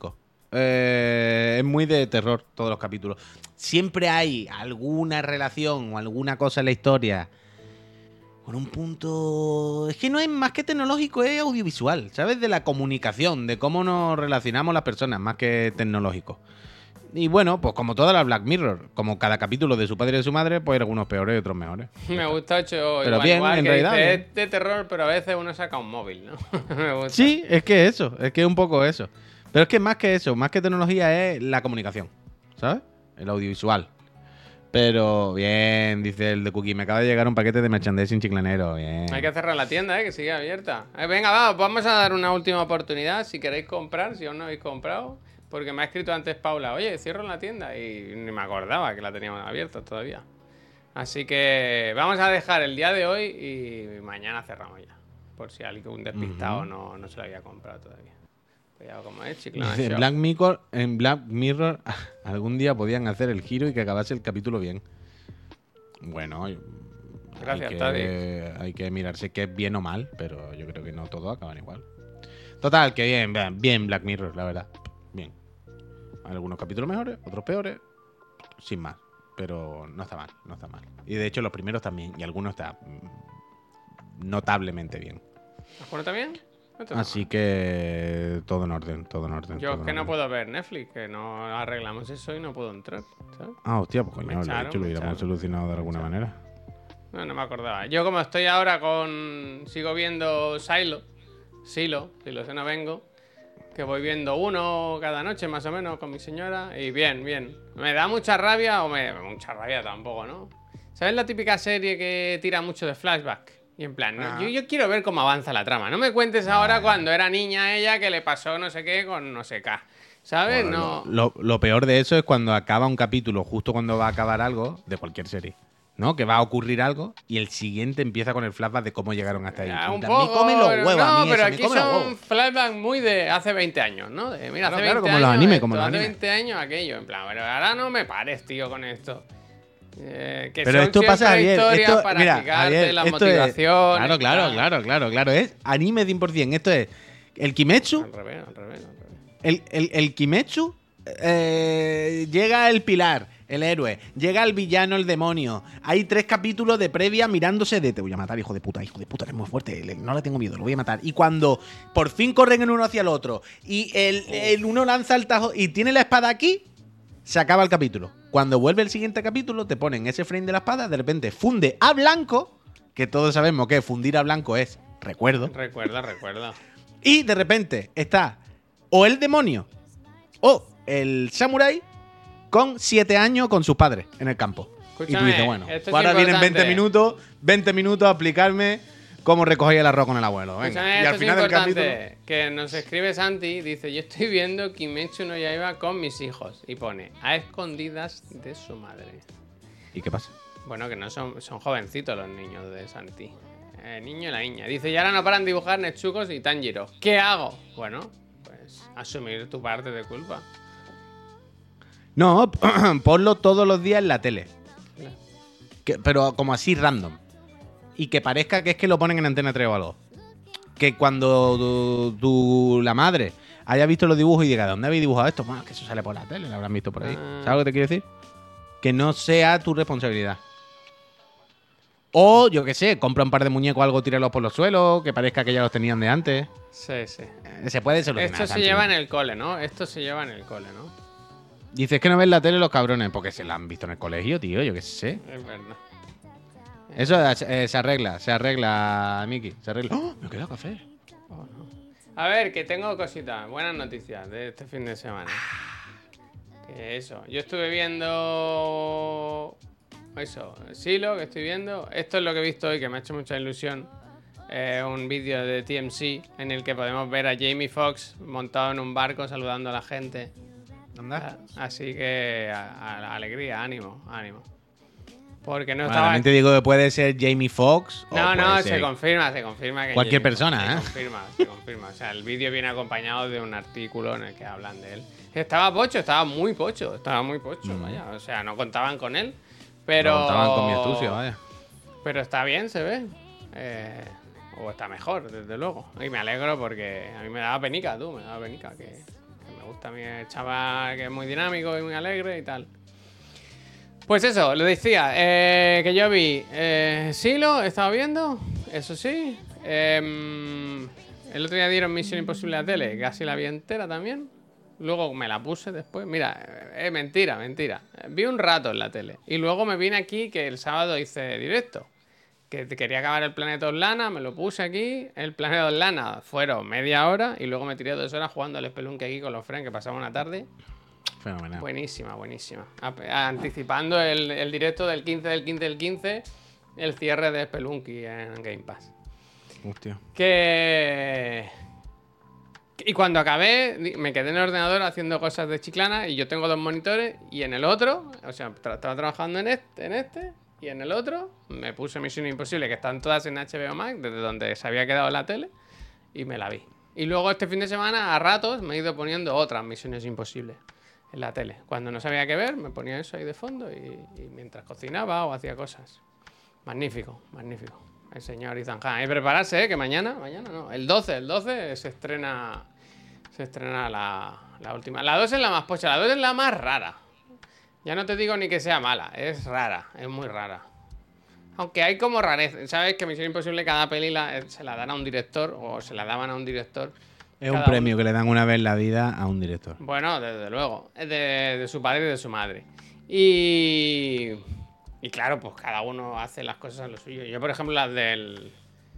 es muy de terror todos los capítulos. Siempre hay alguna relación o alguna cosa en la historia con un punto... Es que no es más que tecnológico, es audiovisual, ¿sabes? De la comunicación, de cómo nos relacionamos las personas, más que tecnológico. Y bueno, pues como todas las Black Mirror, como cada capítulo de su padre y de su madre, pues hay algunos peores y otros mejores. Me gusta hecho Pero bien, igual en que realidad, dice, bien. es de terror, pero a veces uno saca un móvil, ¿no? Me gusta. Sí, es que eso, es que es un poco eso. Pero es que más que eso, más que tecnología es la comunicación, ¿sabes? El audiovisual. Pero bien, dice el de Cookie, me acaba de llegar un paquete de merchandising chiclanero, bien. Hay que cerrar la tienda, que sigue abierta. Venga, va, vamos a dar una última oportunidad si queréis comprar, si aún no habéis comprado. Porque me ha escrito antes Paula, oye, cierro la tienda. Y ni me acordaba que la teníamos abierta todavía. Así que vamos a dejar el día de hoy y mañana cerramos ya. Por si algún despistado no se lo había comprado todavía. Cuidado como es, Chiclana Dice, Shop. En Black Mirror algún día podían hacer el giro y que acabase el capítulo bien. Bueno, Gracias, Tadi. hay que mirarse qué es bien o mal, pero yo creo que no todos acaban igual. Total, que bien Black Mirror, la verdad. Bien. Algunos capítulos mejores, otros peores, sin más. Pero no está mal, no está mal. Y de hecho los primeros también, y algunos está notablemente bien. ¿Alguno también? No está Así que todo en orden, todo en orden. Yo todo es que en no orden. puedo ver Netflix, que no arreglamos eso y no puedo entrar, ¿sabes? Ah, hostia, pues Me coño, lo he echaron, dicho, lo me hubiéramos echaron. solucionado de alguna echaron. manera. No me acordaba. Yo como estoy ahora sigo viendo Silo, si no vengo, que voy viendo uno cada noche más o menos con mi señora y bien. Me da mucha rabia, mucha rabia tampoco, ¿no? ¿Sabes la típica serie que tira mucho de flashback? Y en plan, ¿no? Yo quiero ver cómo avanza la trama. No me cuentes ahora cuando era niña ella que le pasó no sé qué con no sé qué. ¿Sabes? Bueno, No. lo peor de eso es cuando acaba un capítulo, justo cuando va a acabar algo, de cualquier serie, ¿no? Que va a ocurrir algo y el siguiente empieza con el flashback de cómo llegaron hasta ahí. Un En plan, me poco. come los huevos a No, mí pero eso, me aquí come los son huevos. flashbacks muy de hace 20 años, ¿no? Mira, Claro, hace claro, 20 como los años animes, esto, como los hace animes. 20 años aquello. En plan, pero ahora no me pares, tío, con esto. Que Pero son esto pasa, siempre Javier. historias Esto, para mira, explicarte Javier, la esto es. motivación. Claro. Es anime 100%. Esto es el Kimetsu. Al revés, al revés, al revés. El Kimetsu. Llega el pilar, el héroe. Llega el villano, el demonio. Hay 3 capítulos de previa mirándose de te voy a matar, hijo de puta, eres muy fuerte. No le tengo miedo, lo voy a matar. Y cuando por fin corren el uno hacia el otro y el uno lanza el tajo y tiene la espada aquí, se acaba el capítulo. Cuando vuelve el siguiente capítulo, te ponen ese frame de la espada, de repente funde a blanco, que todos sabemos que fundir a blanco es recuerdo, Recuerda. y de repente está o el demonio o el samurái con 7 años con sus padres en el campo. Y tú Escúchame, dices, bueno, esto es ahora vienen importante. 20 minutos a explicarme cómo recogí el arroz con el abuelo. Venga. Escúchame, Y esto al es final del capítulo... importante. Que nos escribe Santi, dice, yo estoy viendo Kimetsu no Yaiba con mis hijos. Y pone, a escondidas de su madre. ¿Y qué pasa? Bueno, que no son jovencitos los niños de Santi. El niño y la niña. Dice, y ahora no paran de dibujar Netsuko y Tanjiro. ¿Qué hago? Bueno, pues asumir tu parte de culpa. No, ponlo todos los días en la tele. Pero como así random. Y que parezca que es que lo ponen en Antena 3 o algo. Que cuando la madre haya visto los dibujos y diga, ¿de dónde habéis dibujado esto? Bueno, que eso sale por la tele, lo habrán visto por ahí. ¿Sabes lo que te quiero decir? Que no sea tu responsabilidad. O, yo qué sé, compra un par de muñecos o algo, tíralos por los suelos, que parezca que ya los tenían de antes. Sí. Se puede solucionar. Esto se Santi. lleva en el cole, ¿no? Esto se lleva en el cole, ¿no? Dices que no ves la tele los cabrones, porque se la han visto en el colegio, tío, yo qué sé. Es verdad. Eso se arregla, Miki, se arregla. ¡Oh! Me queda café. A ver, que tengo cositas, buenas noticias de este fin de semana. Que eso, yo estuve viendo eso, Silo, que estoy viendo. Esto es lo que he visto hoy, que me ha hecho mucha ilusión. Un vídeo de TMC en el que podemos ver a Jamie Foxx montado en un barco saludando a la gente. ¿Anda? Así que a alegría, ánimo. Porque no Bueno, estaba... también te digo que puede ser Jamie Foxx. o No, puede se ser confirma que cualquier Jamie Foxx, persona, se confirma. O sea, el vídeo viene acompañado de un artículo en el que hablan de él. Estaba muy pocho, vaya. O sea, no contaban con él, pero... No contaban con mi astucia, vaya. Pero está bien, se ve. O está mejor, desde luego. Y me alegro porque a mí me daba penica, me daba penica que me gusta a mí el chaval que es muy dinámico y muy alegre y tal. Pues eso, lo decía, que yo vi Silo, he estado viendo, eso sí. El otro día dieron Misión Imposible a la tele, casi la vi entera también. Luego me la puse después. Mira, mentira. Vi un rato en la tele. Y luego me vine aquí, que el sábado hice directo. Que quería acabar el Planeta Orlana, me lo puse aquí. El Planeta Orlana fueron media hora y luego me tiré 2 horas jugando al Spelunky aquí con los friends, que pasaba una tarde. Fenomenal. Buenísima. Anticipando el directo del 15, el cierre de Spelunky en Game Pass. Hostia. Y cuando acabé, me quedé en el ordenador haciendo cosas de Chiclana y yo tengo 2 monitores y en el otro, o sea, estaba trabajando en este y en el otro me puse Misión Imposible, que están todas en HBO Max, desde donde se había quedado en la tele, y me la vi. Y luego este fin de semana, a ratos, me he ido poniendo otras Misiones Imposibles en la tele. Cuando no sabía qué ver, me ponía eso ahí de fondo y mientras cocinaba o hacía cosas. Magnífico. El señor Ethan Hunt. Y prepararse, que mañana no, el 12 se estrena la última. La 2 es la más pocha, la 2 es la más rara. Ya no te digo ni que sea mala, es rara, es muy rara. Aunque hay como rareza, ¿sabes? Que Misión Imposible cada peli se la dan a un director o se la daban a un director. Es un premio que le dan una vez en la vida a un director. Bueno, desde luego, de su padre y de su madre. Y claro, pues cada uno hace las cosas a lo suyo. Yo, por ejemplo, las del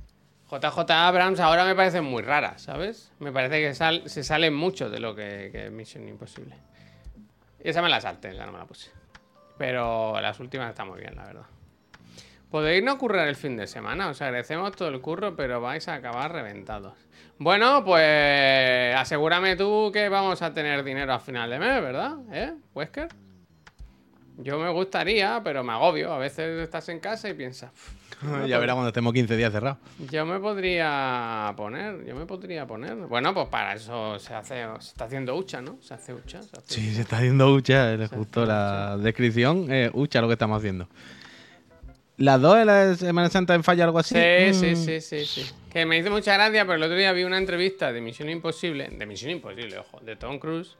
JJ Abrams ahora me parecen muy raras, ¿sabes? Me parece que se salen mucho de lo que es Misión Imposible. Y esa me la salté, ya no me la puse. Pero las últimas están muy bien, la verdad. Podéis no currar el fin de semana, os agradecemos todo el curro, pero vais a acabar reventados. Bueno, pues asegúrame tú que vamos a tener dinero a final de mes, ¿verdad? Wesker. Yo me gustaría, pero me agobio. A veces estás en casa y piensas... Ya verás cuando estemos 15 días cerrados. Yo me podría poner. Bueno, pues para eso se está haciendo hucha, ¿no? Se hace hucha. Sí, se está haciendo hucha. Les gustó la descripción. Hucha lo que estamos haciendo. ¿Las 2 de la Semana Santa en falla algo así? Sí. Que me hizo mucha gracia, pero el otro día vi una entrevista de Misión Imposible, ojo, de Tom Cruise,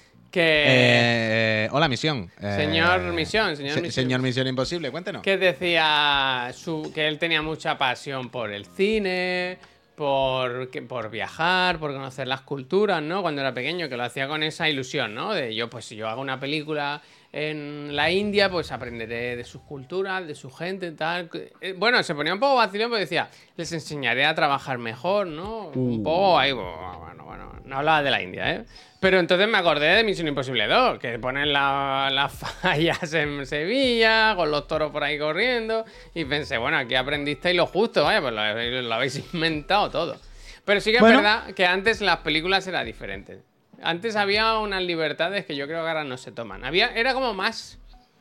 que... Hola, Misión. Señor Misión. Señor Misión Imposible, cuéntenos. Que decía que él tenía mucha pasión por el cine, por viajar, por conocer las culturas, ¿no? Cuando era pequeño, que lo hacía con esa ilusión, ¿no? De si yo hago una película en la India, pues aprenderé de sus culturas, de su gente y tal. Bueno, se ponía un poco vacilón, porque decía, les enseñaré a trabajar mejor, ¿no? Un poco ahí, bueno, no hablaba de la India, ¿eh? Pero entonces me acordé de Misión Imposible 2, que ponen las fallas en Sevilla, con los toros por ahí corriendo, y pensé, bueno, aquí aprendisteis lo justo, vaya, pues lo habéis inventado todo. Pero sí que es verdad que antes las películas eran diferentes. Antes había unas libertades que yo creo que ahora no se toman. Era como más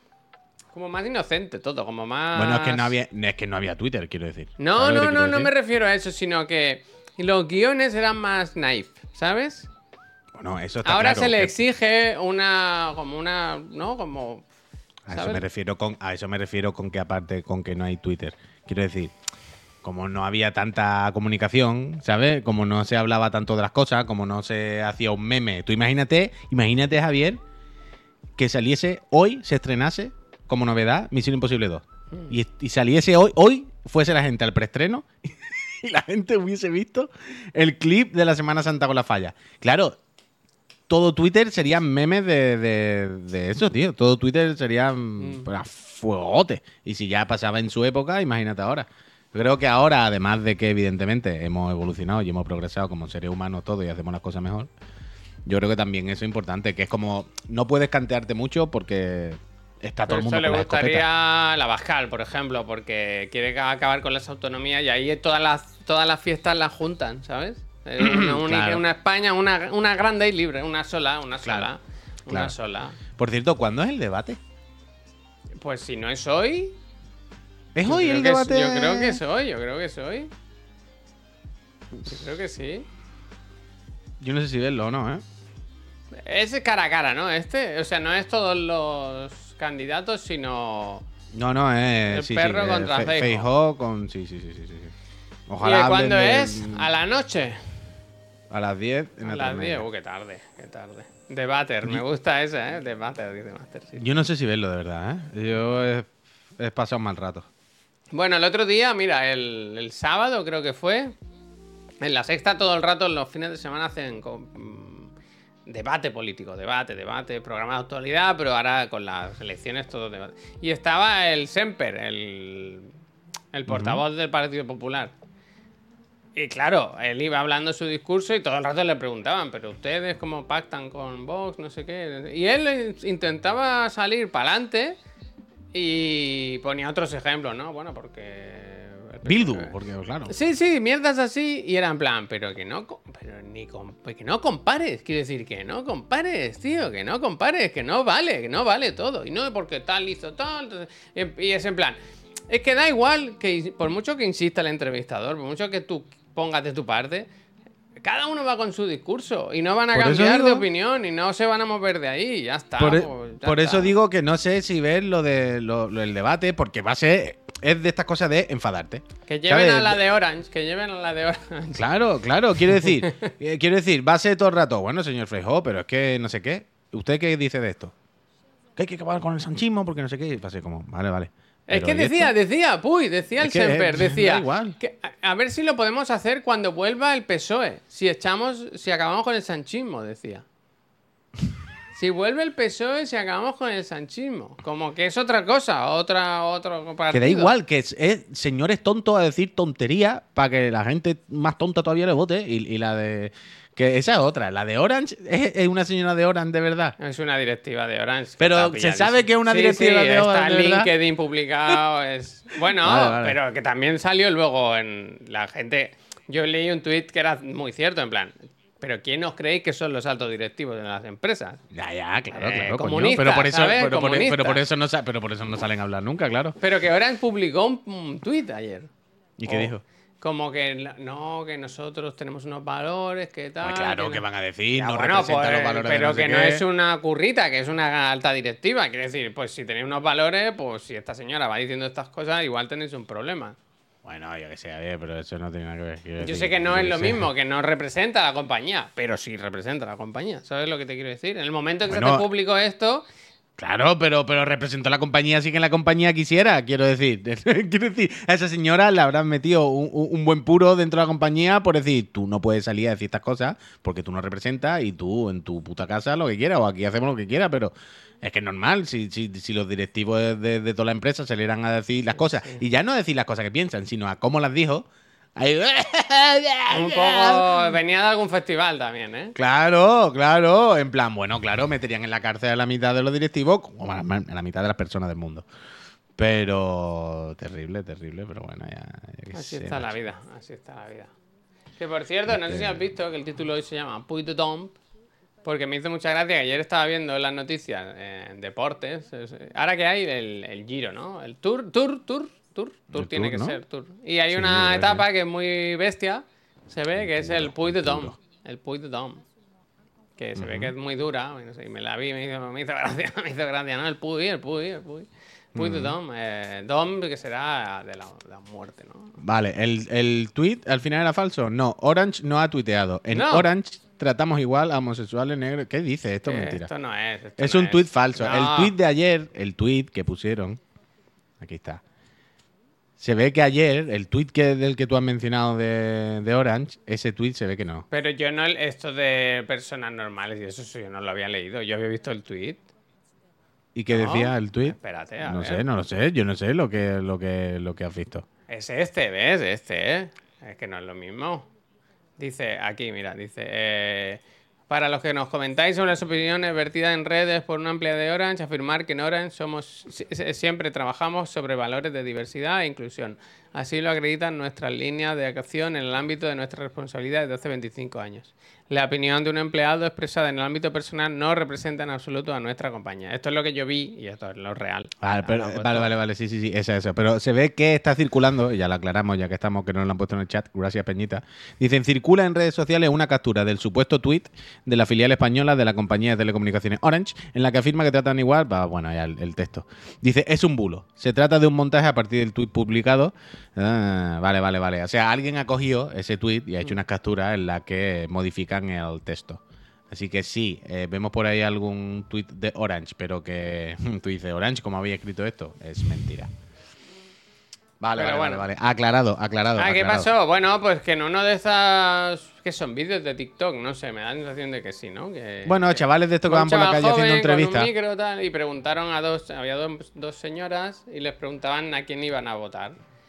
inocente todo, como más... Bueno, es que no había Twitter, quiero decir. No me refiero a eso, sino que los guiones eran más naif, ¿sabes? Bueno, eso está ahora claro, se le exige ¿no? Como... A eso me refiero con que aparte con que no hay Twitter. Quiero decir, como no había tanta comunicación, ¿sabes? Como no se hablaba tanto de las cosas, como no se hacía un meme. Tú imagínate, Javier, que saliese hoy, se estrenase como novedad Misión Imposible 2. Y saliese hoy fuese la gente al preestreno y la gente hubiese visto el clip de la Semana Santa con la falla. Claro, todo Twitter serían memes de eso, tío. Todo Twitter sería fuegote. Y si ya pasaba en su época, imagínate ahora. Yo creo que ahora, además de que evidentemente hemos evolucionado y hemos progresado como seres humanos todos y hacemos las cosas mejor, yo creo que también eso es importante, que es como, no puedes cantearte mucho porque está todo el mundo con la escopeta. Eso le gustaría a la Bascal, por ejemplo, porque quiere acabar con las autonomías y ahí todas las fiestas las juntan, ¿sabes? Una España, una grande y libre, una sola. Por cierto, ¿cuándo es el debate? Pues si no es hoy... ¿Es hoy el debate? Yo creo que es hoy. Yo creo que sí. Yo no sé si verlo o no, ¿eh? Es cara a cara, ¿no? O sea, no es todos los candidatos, sino... No, es... El perro contra Feijóo. Feijóo con... Sí. Ojalá. ¿Y cuándo es? ¿A la noche? A las 10. A las 10, qué tarde. Debater, me gusta esa, ¿eh? Debater, dice Master, sí. Yo no sé si verlo de verdad, ¿eh? Yo he pasado un mal rato. Bueno, el otro día, mira, el sábado creo que fue. En La Sexta todo el rato, en los fines de semana hacen debate político, debate, programa de actualidad, pero ahora con las elecciones todo debate. Y estaba el Semper, el portavoz del Partido Popular. Y claro, él iba hablando su discurso y todo el rato le preguntaban, pero ustedes cómo pactan con Vox, no sé qué. Y él intentaba salir para adelante y ponía otros ejemplos, ¿no? Bueno, porque... Bildu, porque claro. Sí, mierdas así. Y era en plan, pero que no, que no compares. Quiero decir, que no compares, tío. Que no compares, que no vale todo. Y no porque tal hizo tal. Y es en plan, es que da igual que por mucho que insista el entrevistador, por mucho que tú pongas de tu parte, cada uno va con su discurso y no van a cambiar de opinión y no se van a mover de ahí. Ya está. Por eso digo que no sé si ver lo del debate, porque va a ser... Es de estas cosas de enfadarte. Que lleven a la de Orange, que lleven a la de Orange. Claro, quiero decir, va a ser todo el rato, bueno, señor Feijóo, pero es que no sé qué. ¿Usted qué dice de esto? Que hay que acabar con el sanchismo porque no sé qué. Va a ser como, vale. Es que decía el Semper, decía, igual. Que a ver si lo podemos hacer cuando vuelva el PSOE, si acabamos con el sanchismo, decía. Si vuelve el PSOE, si acabamos con el sanchismo. Como que es otra cosa, otro partido. Que da igual, que es señores tontos a decir tontería para que la gente más tonta todavía le vote. Y la de... Que esa es otra. La de Orange es una señora de Orange, de verdad. Es una directiva de Orange. Pero se sabe que es una directiva de Orange. Está en LinkedIn publicado. Bueno, vale. Pero que también salió luego en la gente. Yo leí un tuit que era muy cierto, en plan. ¿Pero quién os creéis que son los altos directivos de las empresas? Ya, claro. Comunistas, pero por eso, ¿sabes? pero por eso no salen a hablar nunca, claro. Pero que Orange publicó un tuit ayer. ¿Y qué dijo? Como que no, que nosotros tenemos unos valores, que tal. Pues claro, que van a decir, Ya, no bueno, representan los valores pero de no sé que no qué. es una currita, que es una alta directiva. Quiere decir, pues si tenéis unos valores, pues si esta señora va diciendo estas cosas, igual tenéis un problema. Bueno, yo que sé, pero eso no tiene nada que ver. Yo sé que no es lo mismo, que no representa a la compañía, pero sí representa a la compañía. ¿Sabes lo que te quiero decir? En el momento en que se hace público esto... Claro, pero representó a la compañía así que la compañía quisiera, quiero decir. A esa señora le habrán metido un buen puro dentro de la compañía por decir, tú no puedes salir a decir estas cosas porque tú no representas y tú en tu puta casa lo que quieras o aquí hacemos lo que quieras, pero es que es normal si los directivos de toda la empresa salieran a decir las cosas y ya no a decir las cosas que piensan, sino a cómo las dijo. Ahí... Un poco... Venía de algún festival también, ¿eh? Claro. En plan, bueno, claro, meterían en la cárcel a la mitad de los directivos como a la mitad de las personas del mundo. Pero... Terrible, pero bueno, ya así está la vida. Que por cierto, no sé si has visto que el título hoy se llama Puy de Dom, porque me hizo mucha gracia que ayer estaba viendo las noticias en deportes. Ahora que hay el Giro, ¿no? El Tour tiene que ser Tour. Y hay una etapa que es muy bestia, se ve, que es el Puy de Dom. El Puy de Dom. Que se ve que es muy dura. No sé, y me la vi, me hizo gracia, ¿no? El Puy de Dom. Dom, que será de la muerte, ¿no? Vale, ¿el tweet al final era falso? No, Orange no ha tuiteado. En Orange tratamos igual a homosexuales negros. ¿Qué dice? Esto es mentira. Esto no es. Es un tweet falso. No. El tweet de ayer, el tweet que pusieron, aquí está. Se ve que ayer, el tweet del que tú has mencionado de Orange, ese tweet se ve que no. Pero yo no, esto de personas normales y eso yo no lo había leído. Yo había visto el tweet. ¿Y qué decía el tweet? Espérate, no lo sé. Yo no sé lo que has visto. Es este, ¿ves? Es que no es lo mismo. Dice, aquí, mira, dice... para los que nos comentáis sobre las opiniones vertidas en redes por una empleada de Orange, afirmar que en Orange siempre trabajamos sobre valores de diversidad e inclusión. Así lo acreditan nuestras líneas de acción en el ámbito de nuestra responsabilidad desde hace 25 años. La opinión de un empleado expresada en el ámbito personal no representa en absoluto a nuestra compañía. Esto es lo que yo vi y esto es lo real. Vale, sí, eso. Pero se ve que está circulando, y ya lo aclaramos ya que estamos, que no lo han puesto en el chat, gracias Peñita. Dicen, circula en redes sociales una captura del supuesto tuit de la filial española de la compañía de telecomunicaciones Orange, en la que afirma que tratan igual, bueno, ya el texto. Dice, es un bulo. Se trata de un montaje a partir del tuit publicado. Vale. O sea, alguien ha cogido ese tuit y ha hecho unas capturas en las que modifican el texto. Así que sí, vemos por ahí algún tuit de Orange, pero que tú dices, Orange, ¿cómo habéis escrito esto? Es mentira. Vale, Pero vale, bueno. vale. Aclarado, aclarado, Ah, ¿qué aclarado. pasó? Bueno, pues que en uno de esas... que son vídeos de TikTok, no sé, me da la sensación de que sí, ¿no? Bueno, chavales de estos que va un van por la chaval calle haciendo joven con un entrevistas. micro tal, y preguntaron a había dos señoras y les preguntaban a quién iban a votar.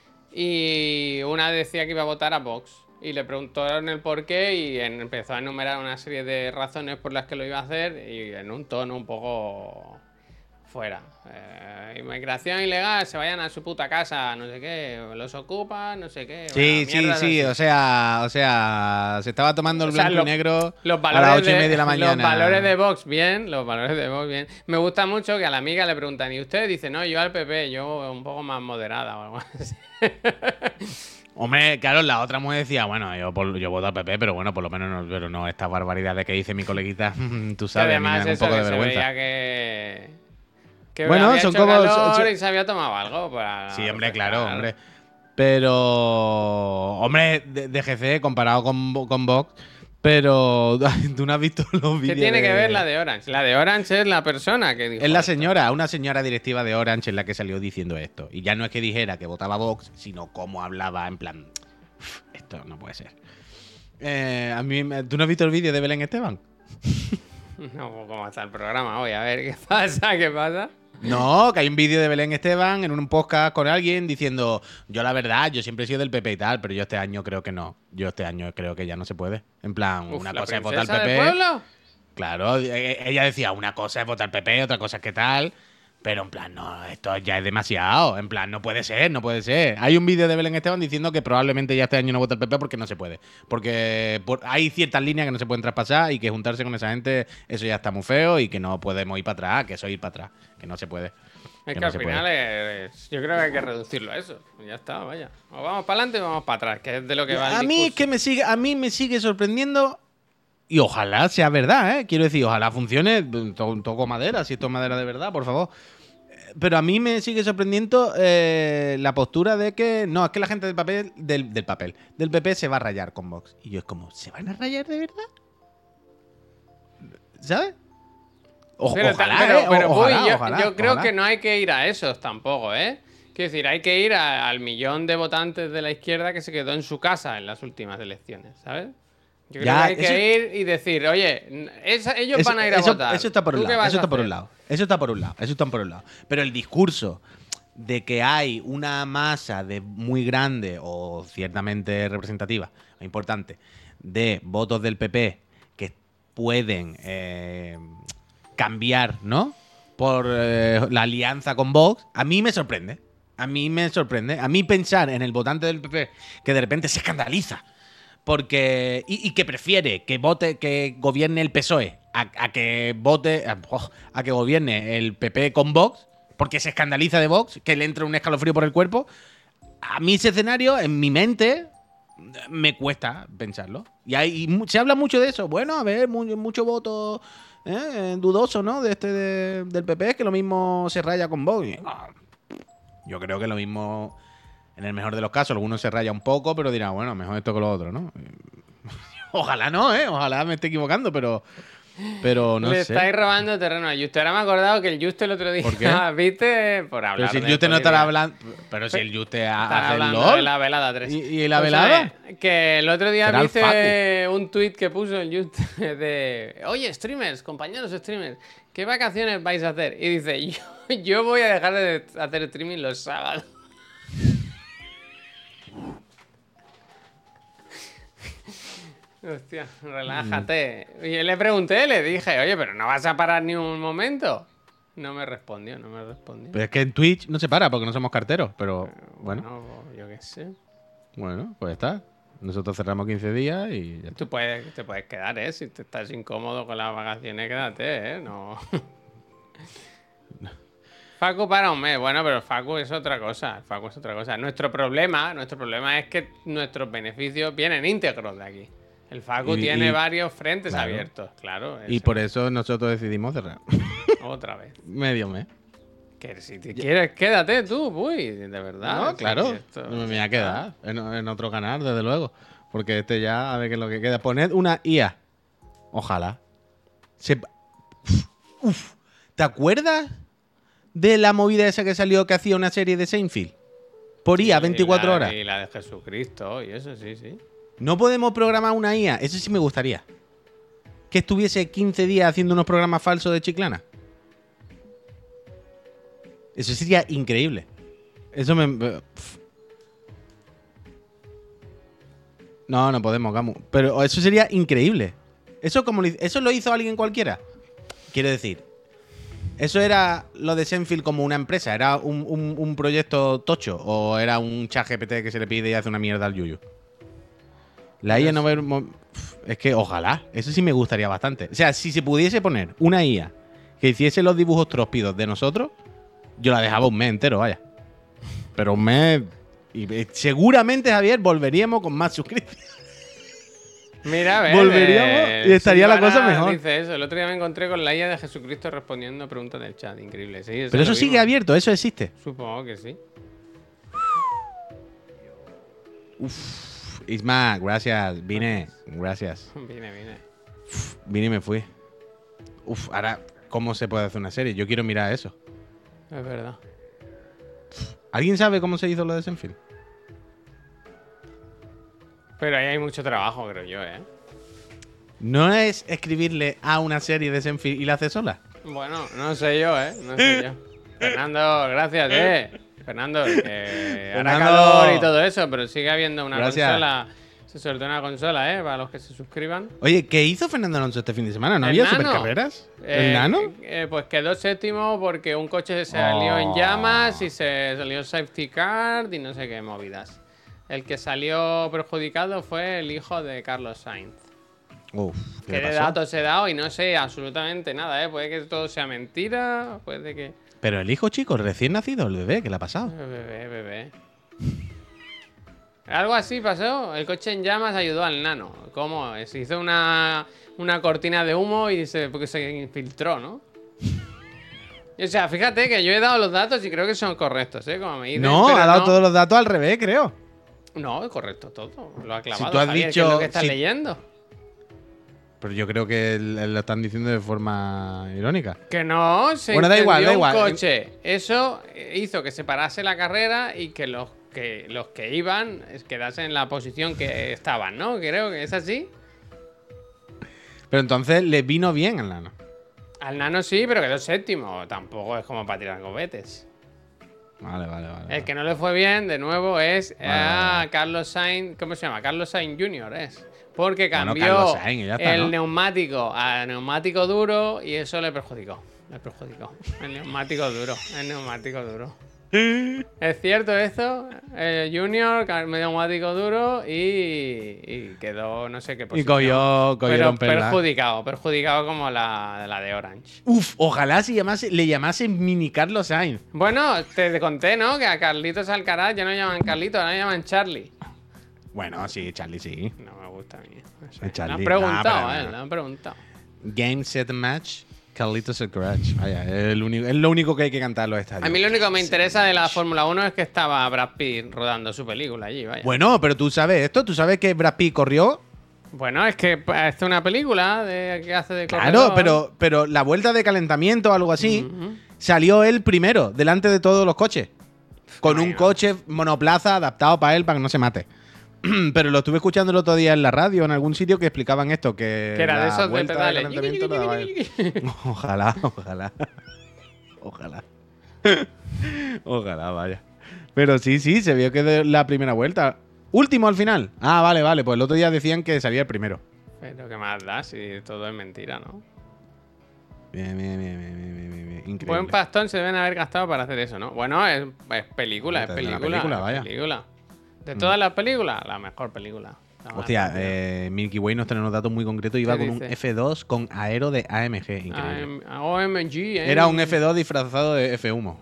Y una decía que iba a votar a Vox. Y le preguntaron el por qué y empezó a enumerar una serie de razones por las que lo iba a hacer y en un tono un poco fuera. Inmigración ilegal, se vayan a su puta casa, no sé qué, los ocupa, no sé qué. Bueno, Sí, sí, mierdas sí, así. o sea, se estaba tomando el O sea, blanco y negro los a las valores 8:30 de la los valores de mañana. Vox, bien, los valores de Vox, bien. Me gusta mucho que a la amiga le preguntan, ¿y usted? Dice, no, yo al PP, yo un poco más moderada o algo así. Hombre, claro, la otra mujer decía, bueno, yo voto al PP, pero bueno, por lo menos no, pero no estas barbaridades que dice mi coleguita, tú Que sabes, a mí me además dan un eso, poco de que se vergüenza. veía que Bueno, había son hecho como... calor y se había tomado algo Sí, para hombre, claro, refrescar. hombre. Pero, hombre, DGC comparado con Vox, pero tú no has visto los ¿Qué vídeos tiene que ver la de... de Orange? La de Orange es la persona que Es dijo la esto. señora, una señora directiva de Orange en la que salió diciendo esto. Y ya no es que dijera que votaba Vox, sino cómo hablaba en plan, esto no puede ser. ¿Tú no has visto el vídeo de Belén Esteban? No, ¿cómo está el programa hoy? A ver, ¿qué pasa? ¿Qué pasa? No, que hay un vídeo de Belén Esteban en un podcast con alguien diciendo, yo la verdad, yo siempre he sido del PP y tal, pero yo este año creo que no. Yo este año creo que ya no se puede. En plan, Uf, una ¿la cosa es votar princesa del PP. pueblo? Claro, ella decía, una cosa es votar PP, otra cosa es que tal. Pero en plan, no, esto ya es demasiado. En plan, no puede ser, no puede ser. Hay un vídeo de Belén Esteban diciendo que probablemente ya este año no vota el PP porque no se puede. Porque hay ciertas líneas que no se pueden traspasar y que juntarse con esa gente, eso ya está muy feo y que no podemos ir para atrás, que eso es ir para atrás, que no se puede. Es Que que no al se puede. final yo creo que hay que reducirlo a eso. Ya está, vaya. O vamos para adelante o vamos para atrás, que es de lo que va el A mí es discurso. que a mí me sigue sorprendiendo y ojalá sea verdad, ¿eh? Quiero decir, ojalá funcione. Toco madera, si esto es madera de verdad, por favor. Pero a mí me sigue sorprendiendo la postura de que no, es que la gente del PP se va a rayar con Vox. Y yo es como, ¿se van a rayar de verdad? ¿Sabes? Ojalá, ¿eh? Puy, Ojalá, ojalá, yo creo que ojalá. no hay que ir a esos tampoco, ¿eh? Quiero decir, hay que ir al millón de votantes de la izquierda que se quedó en su casa en las últimas elecciones, ¿sabes? Yo creo que Ya, hay eso, que ir y decir, oye, ellos van a ir a votar. eso está por un ¿Tú qué lado, vas eso a está por un hacer? lado, eso está por un lado, eso está por un lado. Pero el discurso de que hay una masa de muy grande o ciertamente representativa, o importante, de votos del PP que pueden cambiar, ¿no? Por la alianza con Vox, a mí me sorprende. A mí me sorprende. A mí pensar en el votante del PP que de repente se escandaliza porque y que prefiere que vote que gobierne el PSOE a que vote a que gobierne el PP con Vox porque se escandaliza de Vox, que le entra un escalofrío por el cuerpo. A mí ese escenario en mi mente me cuesta pensarlo. Se habla mucho de eso. Bueno, a ver, mucho voto dudoso, ¿no? Del PP, que lo mismo se raya con Vox. Yo creo que lo mismo, en el mejor de los casos, algunos se raya un poco, pero dirán, bueno, mejor esto que lo otro, ¿no? Ojalá no, ¿eh? Ojalá me esté equivocando, pero no Le sé. estáis robando terreno a Justo. Ahora me he acordado que el Justo el otro día, ¿Por qué? ¿viste? Por Pero hablar si el de Juste no estará política. hablando. Pero si el Juste Están hace el hablando de LOL. la velada 3. ¿Y la Escúchame, velada? que el otro día Será el viste un tuit que puso el Juste de... Oye, streamers, compañeros streamers, ¿qué vacaciones vais a hacer? Y dice, yo voy a dejar de hacer streaming los sábados. Hostia, relájate. Y le pregunté, le dije, oye, pero no vas a parar ni un momento. No me respondió, no me respondió. Pero es que en Twitch no se para porque no somos carteros. Pero bueno, Bueno, yo qué sé. bueno, pues está. Nosotros cerramos 15 días y ya está. Te puedes quedar, ¿eh? Si te estás incómodo con las vacaciones, quédate, ¿eh? No. Facu para un mes. Bueno, pero el Facu es otra cosa. El Facu es otra cosa. Nuestro problema es que nuestros beneficios vienen íntegros de aquí. El Facu tiene varios frentes claro. abiertos, claro. Y por eso nosotros decidimos cerrar. Otra vez. Medio mes. Que si te quieres, quédate tú, uy, de verdad. No, Sí, claro. esto- No me voy a quedar en otro canal, desde luego. Porque este ya, a ver qué es lo que queda. Poned una IA. Ojalá. Se... Uf. ¿Te acuerdas de la movida esa que salió que hacía una serie de Seinfeld? Por IA, 24 horas. Y la de Jesucristo, y eso sí, sí. No podemos programar una IA. Eso sí me gustaría. Que estuviese 15 días haciendo unos programas falsos de Chiclana. Eso sería increíble. Eso me... No podemos, Gamu. Pero eso sería increíble. Eso lo hizo alguien cualquiera. Quiero decir, ¿eso era lo de Seinfeld como una empresa? ¿Era un proyecto tocho? ¿O era un chat GPT que se le pide y hace una mierda al yuyu? La IA no va a... Es que ojalá. Eso sí me gustaría bastante. O sea, si se pudiese poner una IA que hiciese los dibujos tróspidos de nosotros, yo la dejaba un mes entero, vaya. Pero un mes... Y seguramente, Javier, volveríamos con más suscripciones. Mira, a ver. Volveríamos y estaría la cosa mejor. Dice eso. El otro día me encontré con la IA de Jesucristo respondiendo preguntas del chat. Increíble. Sí, pero eso sigue abierto, eso existe. Supongo que sí. Uf, Isma, gracias. Vine, gracias. Vine. Vine y me fui. Uf, ahora, ¿cómo se puede hacer una serie? Yo quiero mirar eso. Es verdad. ¿Alguien sabe cómo se hizo lo de Seinfeld? Pero ahí hay mucho trabajo, creo yo, ¿eh? ¿No es escribirle a una serie de Seinfeld y la hace sola? Bueno, no sé yo, ¿eh? No sé yo. Fernando, gracias, Fernando, que hará calor y todo eso, pero sigue habiendo una consola. Se sortea una consola, para los que se suscriban. Oye, ¿qué hizo Fernando Alonso este fin de semana? ¿No había supercarreras? ¿El Nano? Pues quedó séptimo porque un coche se salió en llamas y se salió safety car y no sé qué movidas. El que salió perjudicado fue el hijo de Carlos Sainz. Uf, ¿Qué de datos he dado? Y no sé absolutamente nada, Puede que todo sea mentira, puede que... Pero el hijo chico, recién nacido, el bebé, ¿qué le ha pasado? Bebé. Algo así pasó. El coche en llamas ayudó al Nano. ¿Cómo? Se hizo una cortina de humo y porque se infiltró, ¿no? O sea, fíjate que yo he dado los datos y creo que son correctos, Como me dicen, no, ha dado todos los datos al revés, creo. No, es correcto todo. Lo ha clavado. Si tú has Javier, dicho... ¿qué es lo que estás leyendo? Pero yo creo que lo están diciendo de forma irónica. Que no, bueno, da igual. un coche. Eso hizo que se parase la carrera y que los que iban quedasen en la posición que estaban, ¿no? Creo que es así. Pero entonces le vino bien al Nano. Al Nano sí, pero quedó séptimo. Tampoco es como para tirar cohetes. Vale. El que no le fue bien, de nuevo, es Carlos Sainz. ¿Cómo se llama? Carlos Sainz Jr. es. Porque cambió el neumático a neumático duro y eso le perjudicó. El neumático duro. ¿Es cierto esto? Junior, neumático duro y quedó no sé qué posición. Y cogió un perjudicado como la de Orange. Uf, ojalá le llamasen Mini Carlos Sainz. Bueno, te conté, ¿no? Que a Carlitos Alcaraz ya no llaman Carlitos, ahora llaman Charlie. Bueno, sí, Charlie sí. No me gusta a mí. Charlie. Le han preguntado, le han preguntado. Game, set, match. Carlitos Alcaraz. Vaya, es lo único que hay que cantar en los estadios. A mí lo único que me interesa de la Fórmula 1 es que estaba Brad Pitt rodando su película allí, vaya. Bueno, pero tú sabes esto, tú sabes que Brad Pitt corrió. Bueno, es que es una película que hace de corredor. Claro, pero la vuelta de calentamiento o algo así, salió él primero, delante de todos los coches. Con un coche monoplaza adaptado para él, para que no se mate. Pero lo estuve escuchando el otro día en la radio, en algún sitio, que explicaban esto, que era de esos de pedales. Ojalá. Ojalá, vaya. Pero sí, se vio que de la primera vuelta. Último al final. Ah, vale. Pues el otro día decían que salía el primero. Pero qué más da si todo es mentira, ¿no? Bien. Increíble. Buen pastón se deben haber gastado para hacer eso, ¿no? Bueno, es película. Vaya. De todas las películas, la mejor película. Hostia, Milky Way nos trae unos datos muy concretos. Iba con un F2 con aero de AMG. Increíble. OMG, Era un F2 disfrazado de F1.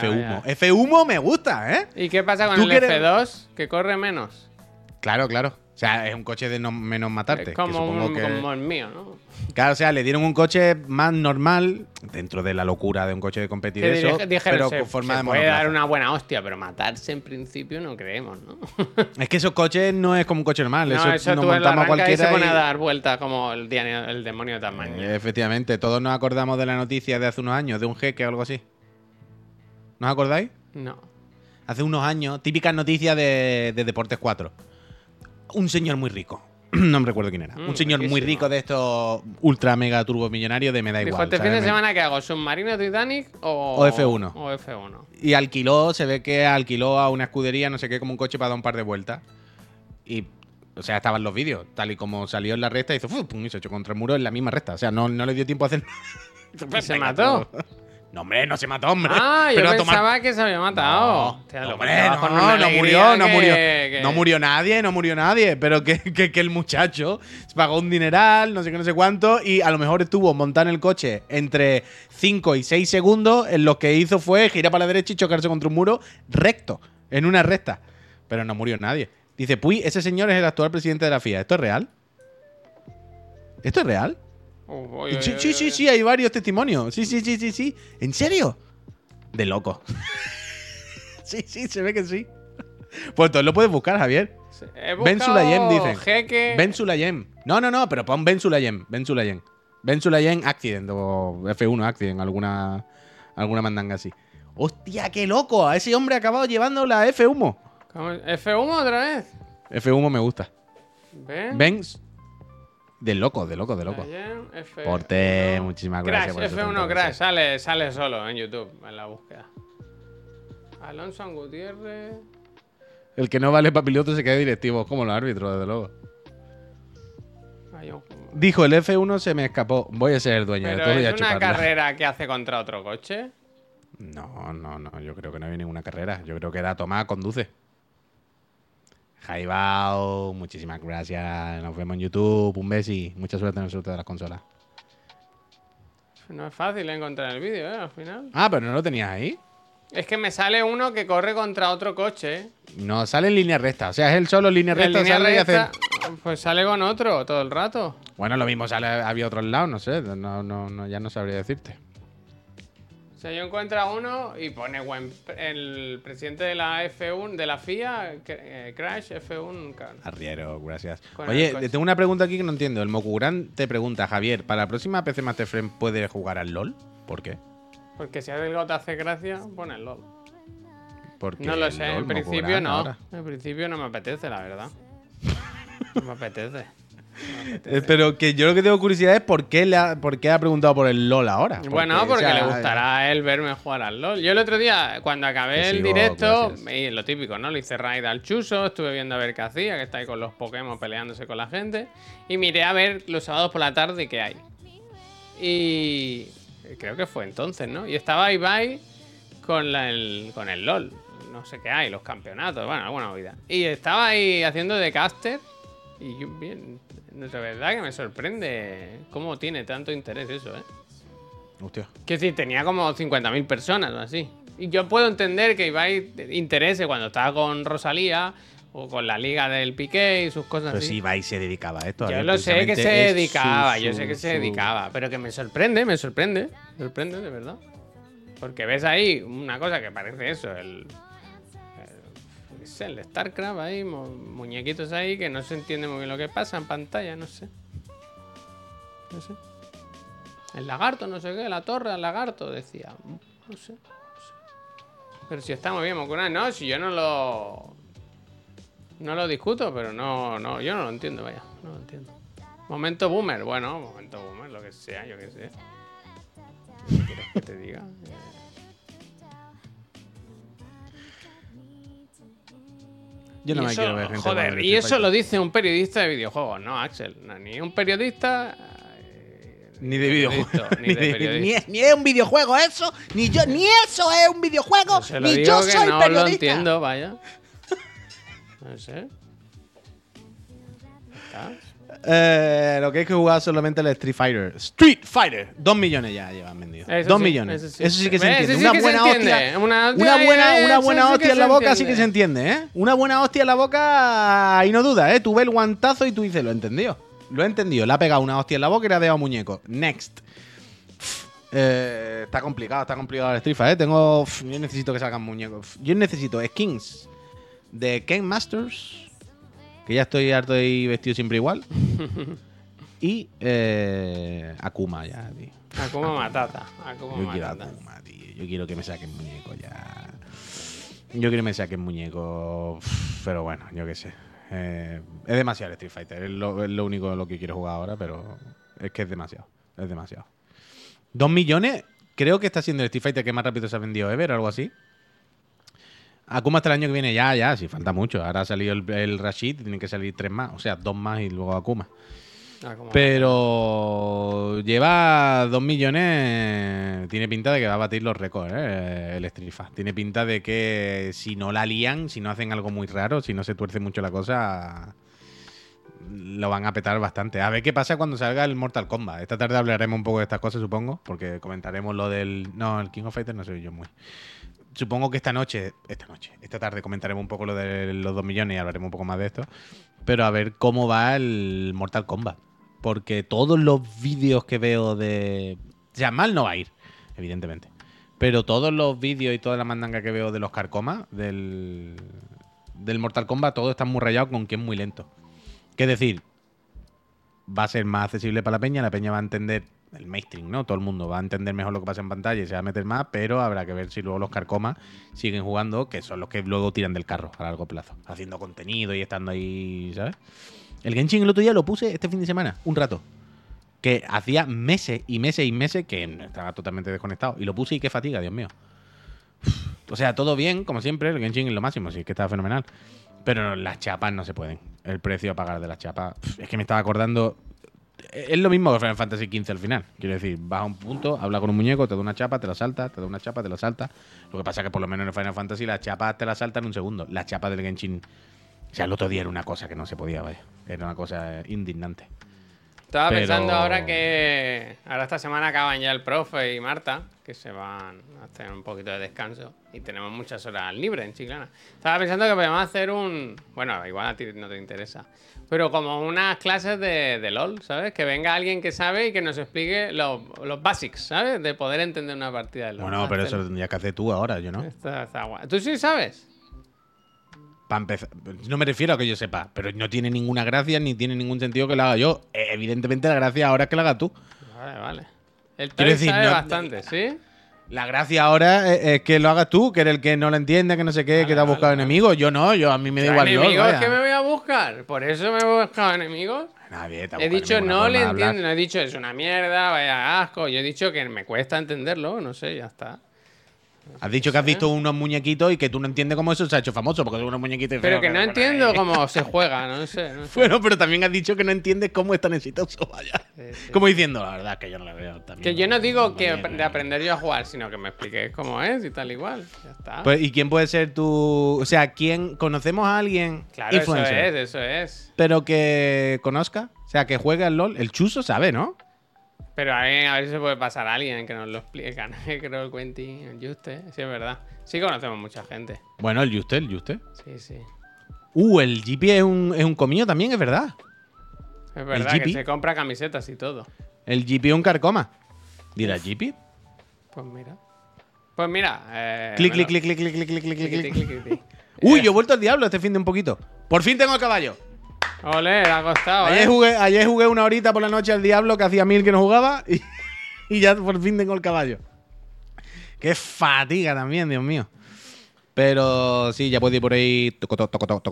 F1 me gusta, ¿eh? ¿Y qué pasa con el F2? Que corre menos. Claro. sea, es un coche de no menos matarte. Es que como, supongo que... como el mío, ¿no? Claro, o sea, le dieron un coche más normal, dentro de la locura de un coche de competir, Que eso, dijeron, pero se con forma de puede monoplaza. dar una buena hostia, pero matarse en principio no creemos, ¿no? Es que esos coches no es como un coche normal. No, eso eso nos tú en la montamos arranca y se cualquiera pone y... a dar vueltas como el demonio de Tasmania. Efectivamente, todos nos acordamos de la noticia de hace unos años, de un jeque o algo así. ¿No os acordáis? No. Hace unos años, típicas noticias de Deportes 4. Un señor muy rico. No me recuerdo quién era. Un señor muy riquísimo. rico de estos ultra mega turbo millonarios de me da Dijo, igual. este fin ¿sabes? de semana que hago, ¿submarino Titanic O F1. O F1. Y alquiló, se ve que alquiló a una escudería, no sé qué, como un coche para dar un par de vueltas. Y, o sea, estaban los vídeos. Tal y como salió en la recta, hizo pum, y se echó contra el muro en la misma recta. O sea, no le dio tiempo a hacer. ¿Y se mató? No, hombre, no se mató, hombre. Ah, yo Pero a pensaba que se había matado. No, Hostia, lo hombre, contaba con no, una no alegría murió, no que- murió. que- No murió nadie. Pero que el muchacho pagó un dineral, no sé qué, no sé cuánto, y a lo mejor estuvo montando el coche entre 5 y 6 segundos. En lo que hizo fue girar para la derecha y chocarse contra un muro recto, en una recta. Pero no murió nadie. Dice, Puy, ese señor es el actual presidente de la FIA. ¿Esto es real? ¿Esto es real? Uy, uy, Sí, uy, sí, sí, uy. sí, hay varios testimonios. Sí. ¿En serio? De loco. Sí, se ve que sí. Pues entonces lo puedes buscar, Javier. He Ben buscado Sulayem, dicen. Jeque. Ben Sulayem. No, pero pon Ben Sulayem. Ben Sulayem Accident o F1 Accident, alguna mandanga así. ¡Hostia, qué loco! A ese hombre ha acabado llevando la F1. ¿Cómo? ¿F1 otra vez? F1 me gusta. ¿Ven? Ben. De loco. Sulayem, F1. Porte, muchísimas gracias Crash, por esos F1 30 Crash, deseos. sale solo en YouTube, en la búsqueda. Alonso Gutiérrez. El que no vale para piloto se queda directivo, como los árbitros, desde luego. Hay un- Dijo, el F1 se me escapó. Voy a ser el dueño de Pero todo y a es una chuparla. carrera que hace contra otro coche. No. Yo creo que no había ninguna carrera. Yo creo que era Tomás, conduce. Jaibao, muchísimas gracias. Nos vemos en YouTube. Un besi. Mucha suerte en el sorteo de las consolas. No es fácil encontrar el vídeo, al final. Ah, pero no lo tenías ahí. Es que me sale uno que corre contra otro coche. No, sale en línea recta. O sea, es él solo en línea En recta. línea Sale y hace... recta, pues sale con otro todo el rato. Bueno, lo mismo sale, había otros lados, no sé. Ya no sabría decirte. O sea, yo encuentro a uno y pone el presidente de la F1, de la FIA, Crash F1. Arriero, gracias. Con el Oye, coche. tengo una pregunta aquí que no entiendo. El Mokugran te pregunta, Javier, ¿para la próxima PC Master Frame puede jugar al LOL? ¿Por qué? Porque si algo te hace gracia, pon el LOL. Porque No lo el sé, LOL, en principio Mokuran, no. ahora. En principio no me apetece, la verdad. No me apetece. Pero que yo lo que tengo curiosidad es por qué ha preguntado por el LOL ahora. Bueno, porque o sea, le gustará a él verme jugar al LOL. Yo el otro día, cuando acabé Te el sigo, directo, gracias. y lo típico, ¿no? Le hice raid al Chuso, estuve viendo a ver qué hacía, que está ahí con los Pokémon peleándose con la gente. Y miré a ver los sábados por la tarde qué hay. Y creo que fue entonces, ¿no? Y estaba Ibai con el LOL. No sé qué hay, los campeonatos, bueno, alguna movida. Y estaba ahí haciendo de caster. Y yo, bien, de verdad que me sorprende cómo tiene tanto interés eso, ¿eh? Hostia. Quiero decir, tenía como 50.000 personas o así. Y yo puedo entender que Ibai interese cuando estaba con Rosalía o con la liga del Piqué y sus cosas Pero así. si Ibai se dedica a esto. Yo Javier, lo sé que precisamente se es dedicaba, su- yo sé que su- se dedicaba, pero que me sorprende de verdad. Porque ves ahí una cosa que parece eso, qué sé, el StarCraft ahí, muñequitos ahí que no se entiende muy bien lo que pasa en pantalla, no sé. No sé. El lagarto, no sé qué, la torre del lagarto, decía. No sé. Pero si está muy bien, Mokuran, no, si yo no lo discuto, pero no, yo no lo entiendo, vaya, no lo entiendo. Momento boomer, bueno, momento boomer, lo que sea, yo qué sé. ¿Qué quieres que te diga? Yo no Y me eso- quiero ver gente Joder, jugando y Street eso lo Fighter. dice un periodista de videojuegos, no, Axel. No, ni un periodista. Ni de videojuegos. Ni de periodista. Ni es un videojuego eso, ni eso es un videojuego, Yo se lo digo que no lo entiendo, vaya. No sé. Lo que hay que jugar solamente el Street Fighter. Street Fighter. 2 millones ya llevan vendidos. 2 millones. Eso sí que se entiende. Una buena hostia. Una buena hostia en la boca sí que se entiende, ¿eh? Una buena hostia en la boca, ahí no duda, ¿eh? Tú ves el guantazo y tú dices, lo he entendido. Lo he entendido. Le ha pegado una hostia en la boca y le ha dejado muñeco. Next. Está complicado el Street Fighter, ¿eh? Yo necesito que salgan muñecos. Yo necesito skins de Ken Masters, que ya estoy harto de ir vestido siempre igual. Y Akuma ya, tío. Akuma Matata. Yo quiero Akuma, tío. Yo quiero que me saquen muñecos ya. Yo quiero que me saquen muñecos. Pero bueno, yo qué sé. Es demasiado el Street Fighter. Es lo único lo que quiero jugar ahora, pero es que es demasiado. Es demasiado. 2 millones, creo que está siendo el Street Fighter que más rápido se ha vendido ever o algo así. Akuma hasta el año que viene ya, sí, falta mucho. Ahora ha salido el Rashid, tienen que salir 3 más, o sea, 2 más y luego Akuma. Pero lleva 2 millones, tiene pinta de que va a batir los récords, el Street Fighter. Tiene pinta de que si no la lían, si no hacen algo muy raro, si no se tuerce mucho la cosa, lo van a petar bastante. A ver qué pasa cuando salga el Mortal Kombat. Esta tarde hablaremos un poco de estas cosas, supongo, porque comentaremos lo del... No, el King of Fighters no soy yo muy... Supongo que esta tarde comentaremos un poco lo de los 2 millones y hablaremos un poco más de esto. Pero a ver cómo va el Mortal Kombat. Porque todos los vídeos que veo de... O sea, mal no va a ir, evidentemente. Pero todos los vídeos y toda la mandanga que veo de los Carcomas, del Mortal Kombat, todos están muy rayados con que es muy lento. Es decir, va a ser más accesible para la peña va a entender el mainstream, ¿no? Todo el mundo va a entender mejor lo que pasa en pantalla y se va a meter más, pero habrá que ver si luego los Carcomas siguen jugando, que son los que luego tiran del carro a largo plazo, haciendo contenido y estando ahí, ¿sabes? El Genshin el otro día lo puse este fin de semana, un rato, que hacía meses y meses y meses que estaba totalmente desconectado, y lo puse y qué fatiga, Dios mío. O sea, todo bien, como siempre, el Genshin es lo máximo, sí, es que estaba fenomenal. Pero las chapas no se pueden. El precio a pagar de las chapas. Es que me estaba acordando. Es lo mismo que Final Fantasy XV al final. Quiero decir, vas a un punto, habla con un muñeco, te da una chapa, te la salta, te da una chapa, te la salta. Lo que pasa es que por lo menos en el Final Fantasy las chapas te la saltan en un segundo. Las chapas del Genshin. O sea, el otro día era una cosa que no se podía, vaya. Era una cosa indignante. Estaba pensando ahora que ahora esta semana acaban ya el profe y Marta, que se van a hacer un poquito de descanso y tenemos muchas horas libres en Chiclana. Estaba pensando que podemos hacer bueno, igual a ti no te interesa, pero como unas clases de LOL, ¿sabes? Que venga alguien que sabe y que nos explique los basics, ¿sabes? De poder entender una partida de LOL. Bueno, pero eso lo tendrías que hacer tú ahora, yo no. Está guay. ¿Tú sí sabes? Para empezar, no me refiero a que yo sepa, pero no tiene ninguna gracia ni tiene ningún sentido que lo haga yo. Evidentemente la gracia ahora es que lo hagas tú. Vale. El Toy sabe bastante, ¿sí? La gracia ahora es que lo hagas tú, que eres el que no lo entiende, que no sé qué, que te ha buscado enemigos. Yo no, a mí me da igual. ¿Enemigos que me voy a buscar? ¿Por eso me he buscado enemigos? Nadie te ha he dicho no le entiendo, no he dicho es una mierda, vaya asco. Yo he dicho que me cuesta entenderlo, no sé, ya está. Has dicho que has visto unos muñequitos y que tú no entiendes cómo eso se ha hecho famoso, porque son unos muñequitos. Pero que no entiendo cómo se juega, no sé. Bueno, pero también has dicho que no entiendes cómo es tan exitoso, vaya. Sí. Como diciendo, la verdad, que yo no lo veo también. Que yo no digo que de aprender yo a jugar, sino que me expliques cómo es y tal igual. Ya está. Pues, ¿y quién puede ser tu...? O sea, ¿quién conocemos a alguien? Claro, influencer, eso es. Pero que conozca, o sea, que juegue al LOL. El Chuso sabe, ¿no? Pero a ver si se puede pasar a alguien que nos lo explique. Creo el Quentin, el Juste. Sí, es verdad. Sí conocemos mucha gente. Bueno, el Juste. Sí. El GP es un comillo también, es verdad. Es verdad que se compra camisetas y todo. El GP es un carcoma. ¿Dirá GP? Pues mira. Clic. Uy, yo he vuelto al diablo este fin de un poquito. Por fin tengo el caballo. Ole, ha costado, ayer jugué una horita por la noche al Diablo, que hacía 1000 que no jugaba, y ya por fin tengo el caballo. Qué fatiga también, Dios mío. Pero sí, ya puedo ir por ahí. Poco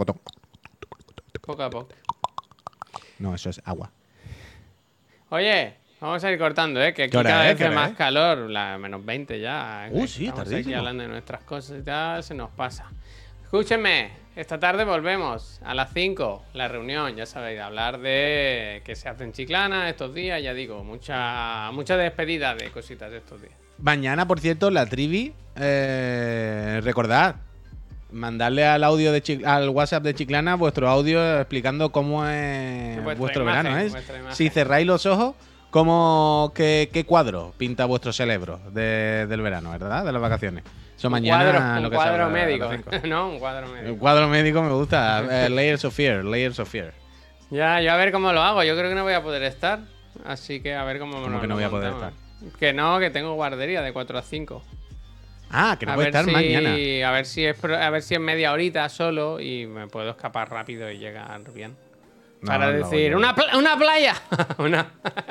a poco. No, eso es agua. Oye, vamos a ir cortando, que aquí cada vez hace más calor, menos 20 ya. Sí, estamos aquí hablando de nuestras cosas y tal, se nos pasa. Escúchenme, esta tarde volvemos a las 5, la reunión, ya sabéis, hablar de qué se hace en Chiclana estos días, ya digo, mucha despedida de cositas estos días. Mañana, por cierto, la trivi, recordad, mandarle al audio al WhatsApp de Chiclana vuestro audio explicando cómo es Vuestra vuestro imagen, verano, ¿eh? vuestra imagen. Si cerráis los ojos, qué cuadro pinta vuestro cerebro del verano, ¿verdad? De las vacaciones. Eso mañana Un lo que cuadro salga a las médico. 5. No, un cuadro médico. El cuadro médico me gusta. Layers of Fear, Layers of Fear. Ya, yo a ver cómo lo hago. Yo creo que no voy a poder estar. Así que a ver cómo ¿Cómo que no voy a poder montamos. Que no, que tengo guardería de 4 a 5. Ah, que no A puede ver estar si, mañana. a ver si es media horita solo y me puedo escapar rápido y llegar bien. No, Para lo hago decir, yo. ¡una playa! Una...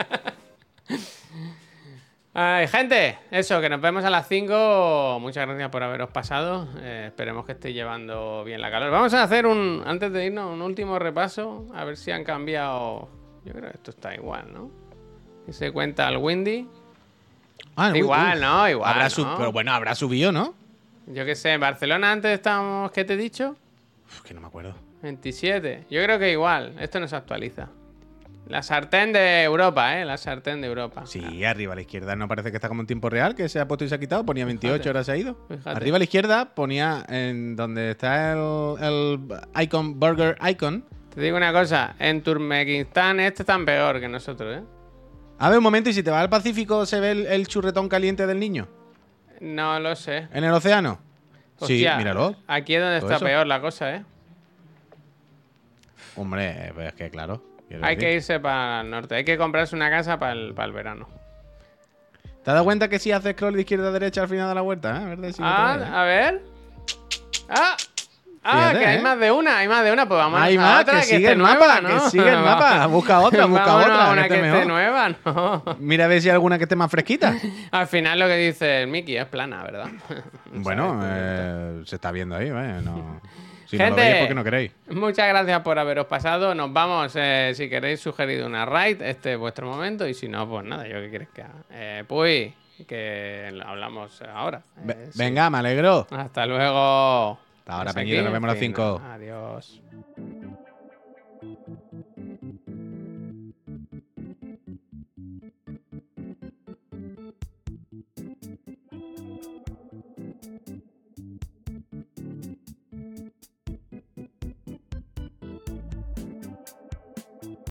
Ay, gente, eso, que nos vemos a las 5. Muchas gracias por haberos pasado. Esperemos que estéis llevando bien la calor. Vamos a hacer antes de irnos, un último repaso. A ver si han cambiado. Yo creo que esto está igual, ¿no? Y se cuenta el Windy. Ah, Igual, ¿no? Igual, ¿no? Pero bueno, habrá subido, ¿no? Yo qué sé, en Barcelona antes estábamos, ¿qué te he dicho? Que no me acuerdo. 27. Yo creo que igual. Esto no se actualiza. La sartén de Europa, ¿eh? La sartén de Europa. Sí, arriba a la izquierda no parece que está como en tiempo real, que se ha puesto y se ha quitado. Ponía 28, ahora se ha ido. Fíjate. Arriba a la izquierda ponía en donde está el icon, burger icon. Te digo una cosa. En Turkmenistán están peor que nosotros, ¿eh? A ver, un momento, y si te vas al Pacífico, ¿se ve el churretón caliente del niño? No lo sé. ¿En el océano? Hostia, Sí, míralo. Aquí es donde Todo está eso. peor la cosa, ¿eh? Hombre, pues es que claro. quiero Hay decir. que irse para el norte. Hay que comprarse una casa para el verano. ¿Te has dado cuenta que si haces scroll de izquierda a derecha al final de la vuelta? A ver si no te ves. A ver. ¡Ah! Fíjate, Que hay ¿eh? más de una, Pues vamos Hay a más, otra que sigue el nueva, mapa, ¿no? que sigue el mapa. Busca otra, Vámonos a una que que esté esté mejor. nueva, ¿no? Mira a ver si hay alguna que esté más fresquita. Al final lo que dice el Mickey es plana, ¿verdad? Bueno, ¿Sabes? se está viendo ahí, ¿vale? No. Si no Gente, lo veis, ¿por qué no queréis? Muchas gracias por haberos pasado. Nos vamos, si queréis sugerir una raid, este es vuestro momento. Y si no, pues nada, yo qué quieres que haga. Pues, que hablamos ahora. Sí. Venga, me alegro. Hasta luego. Hasta ahora, Hasta Peñita, aquí, nos vemos a las en fin, 5. Adiós.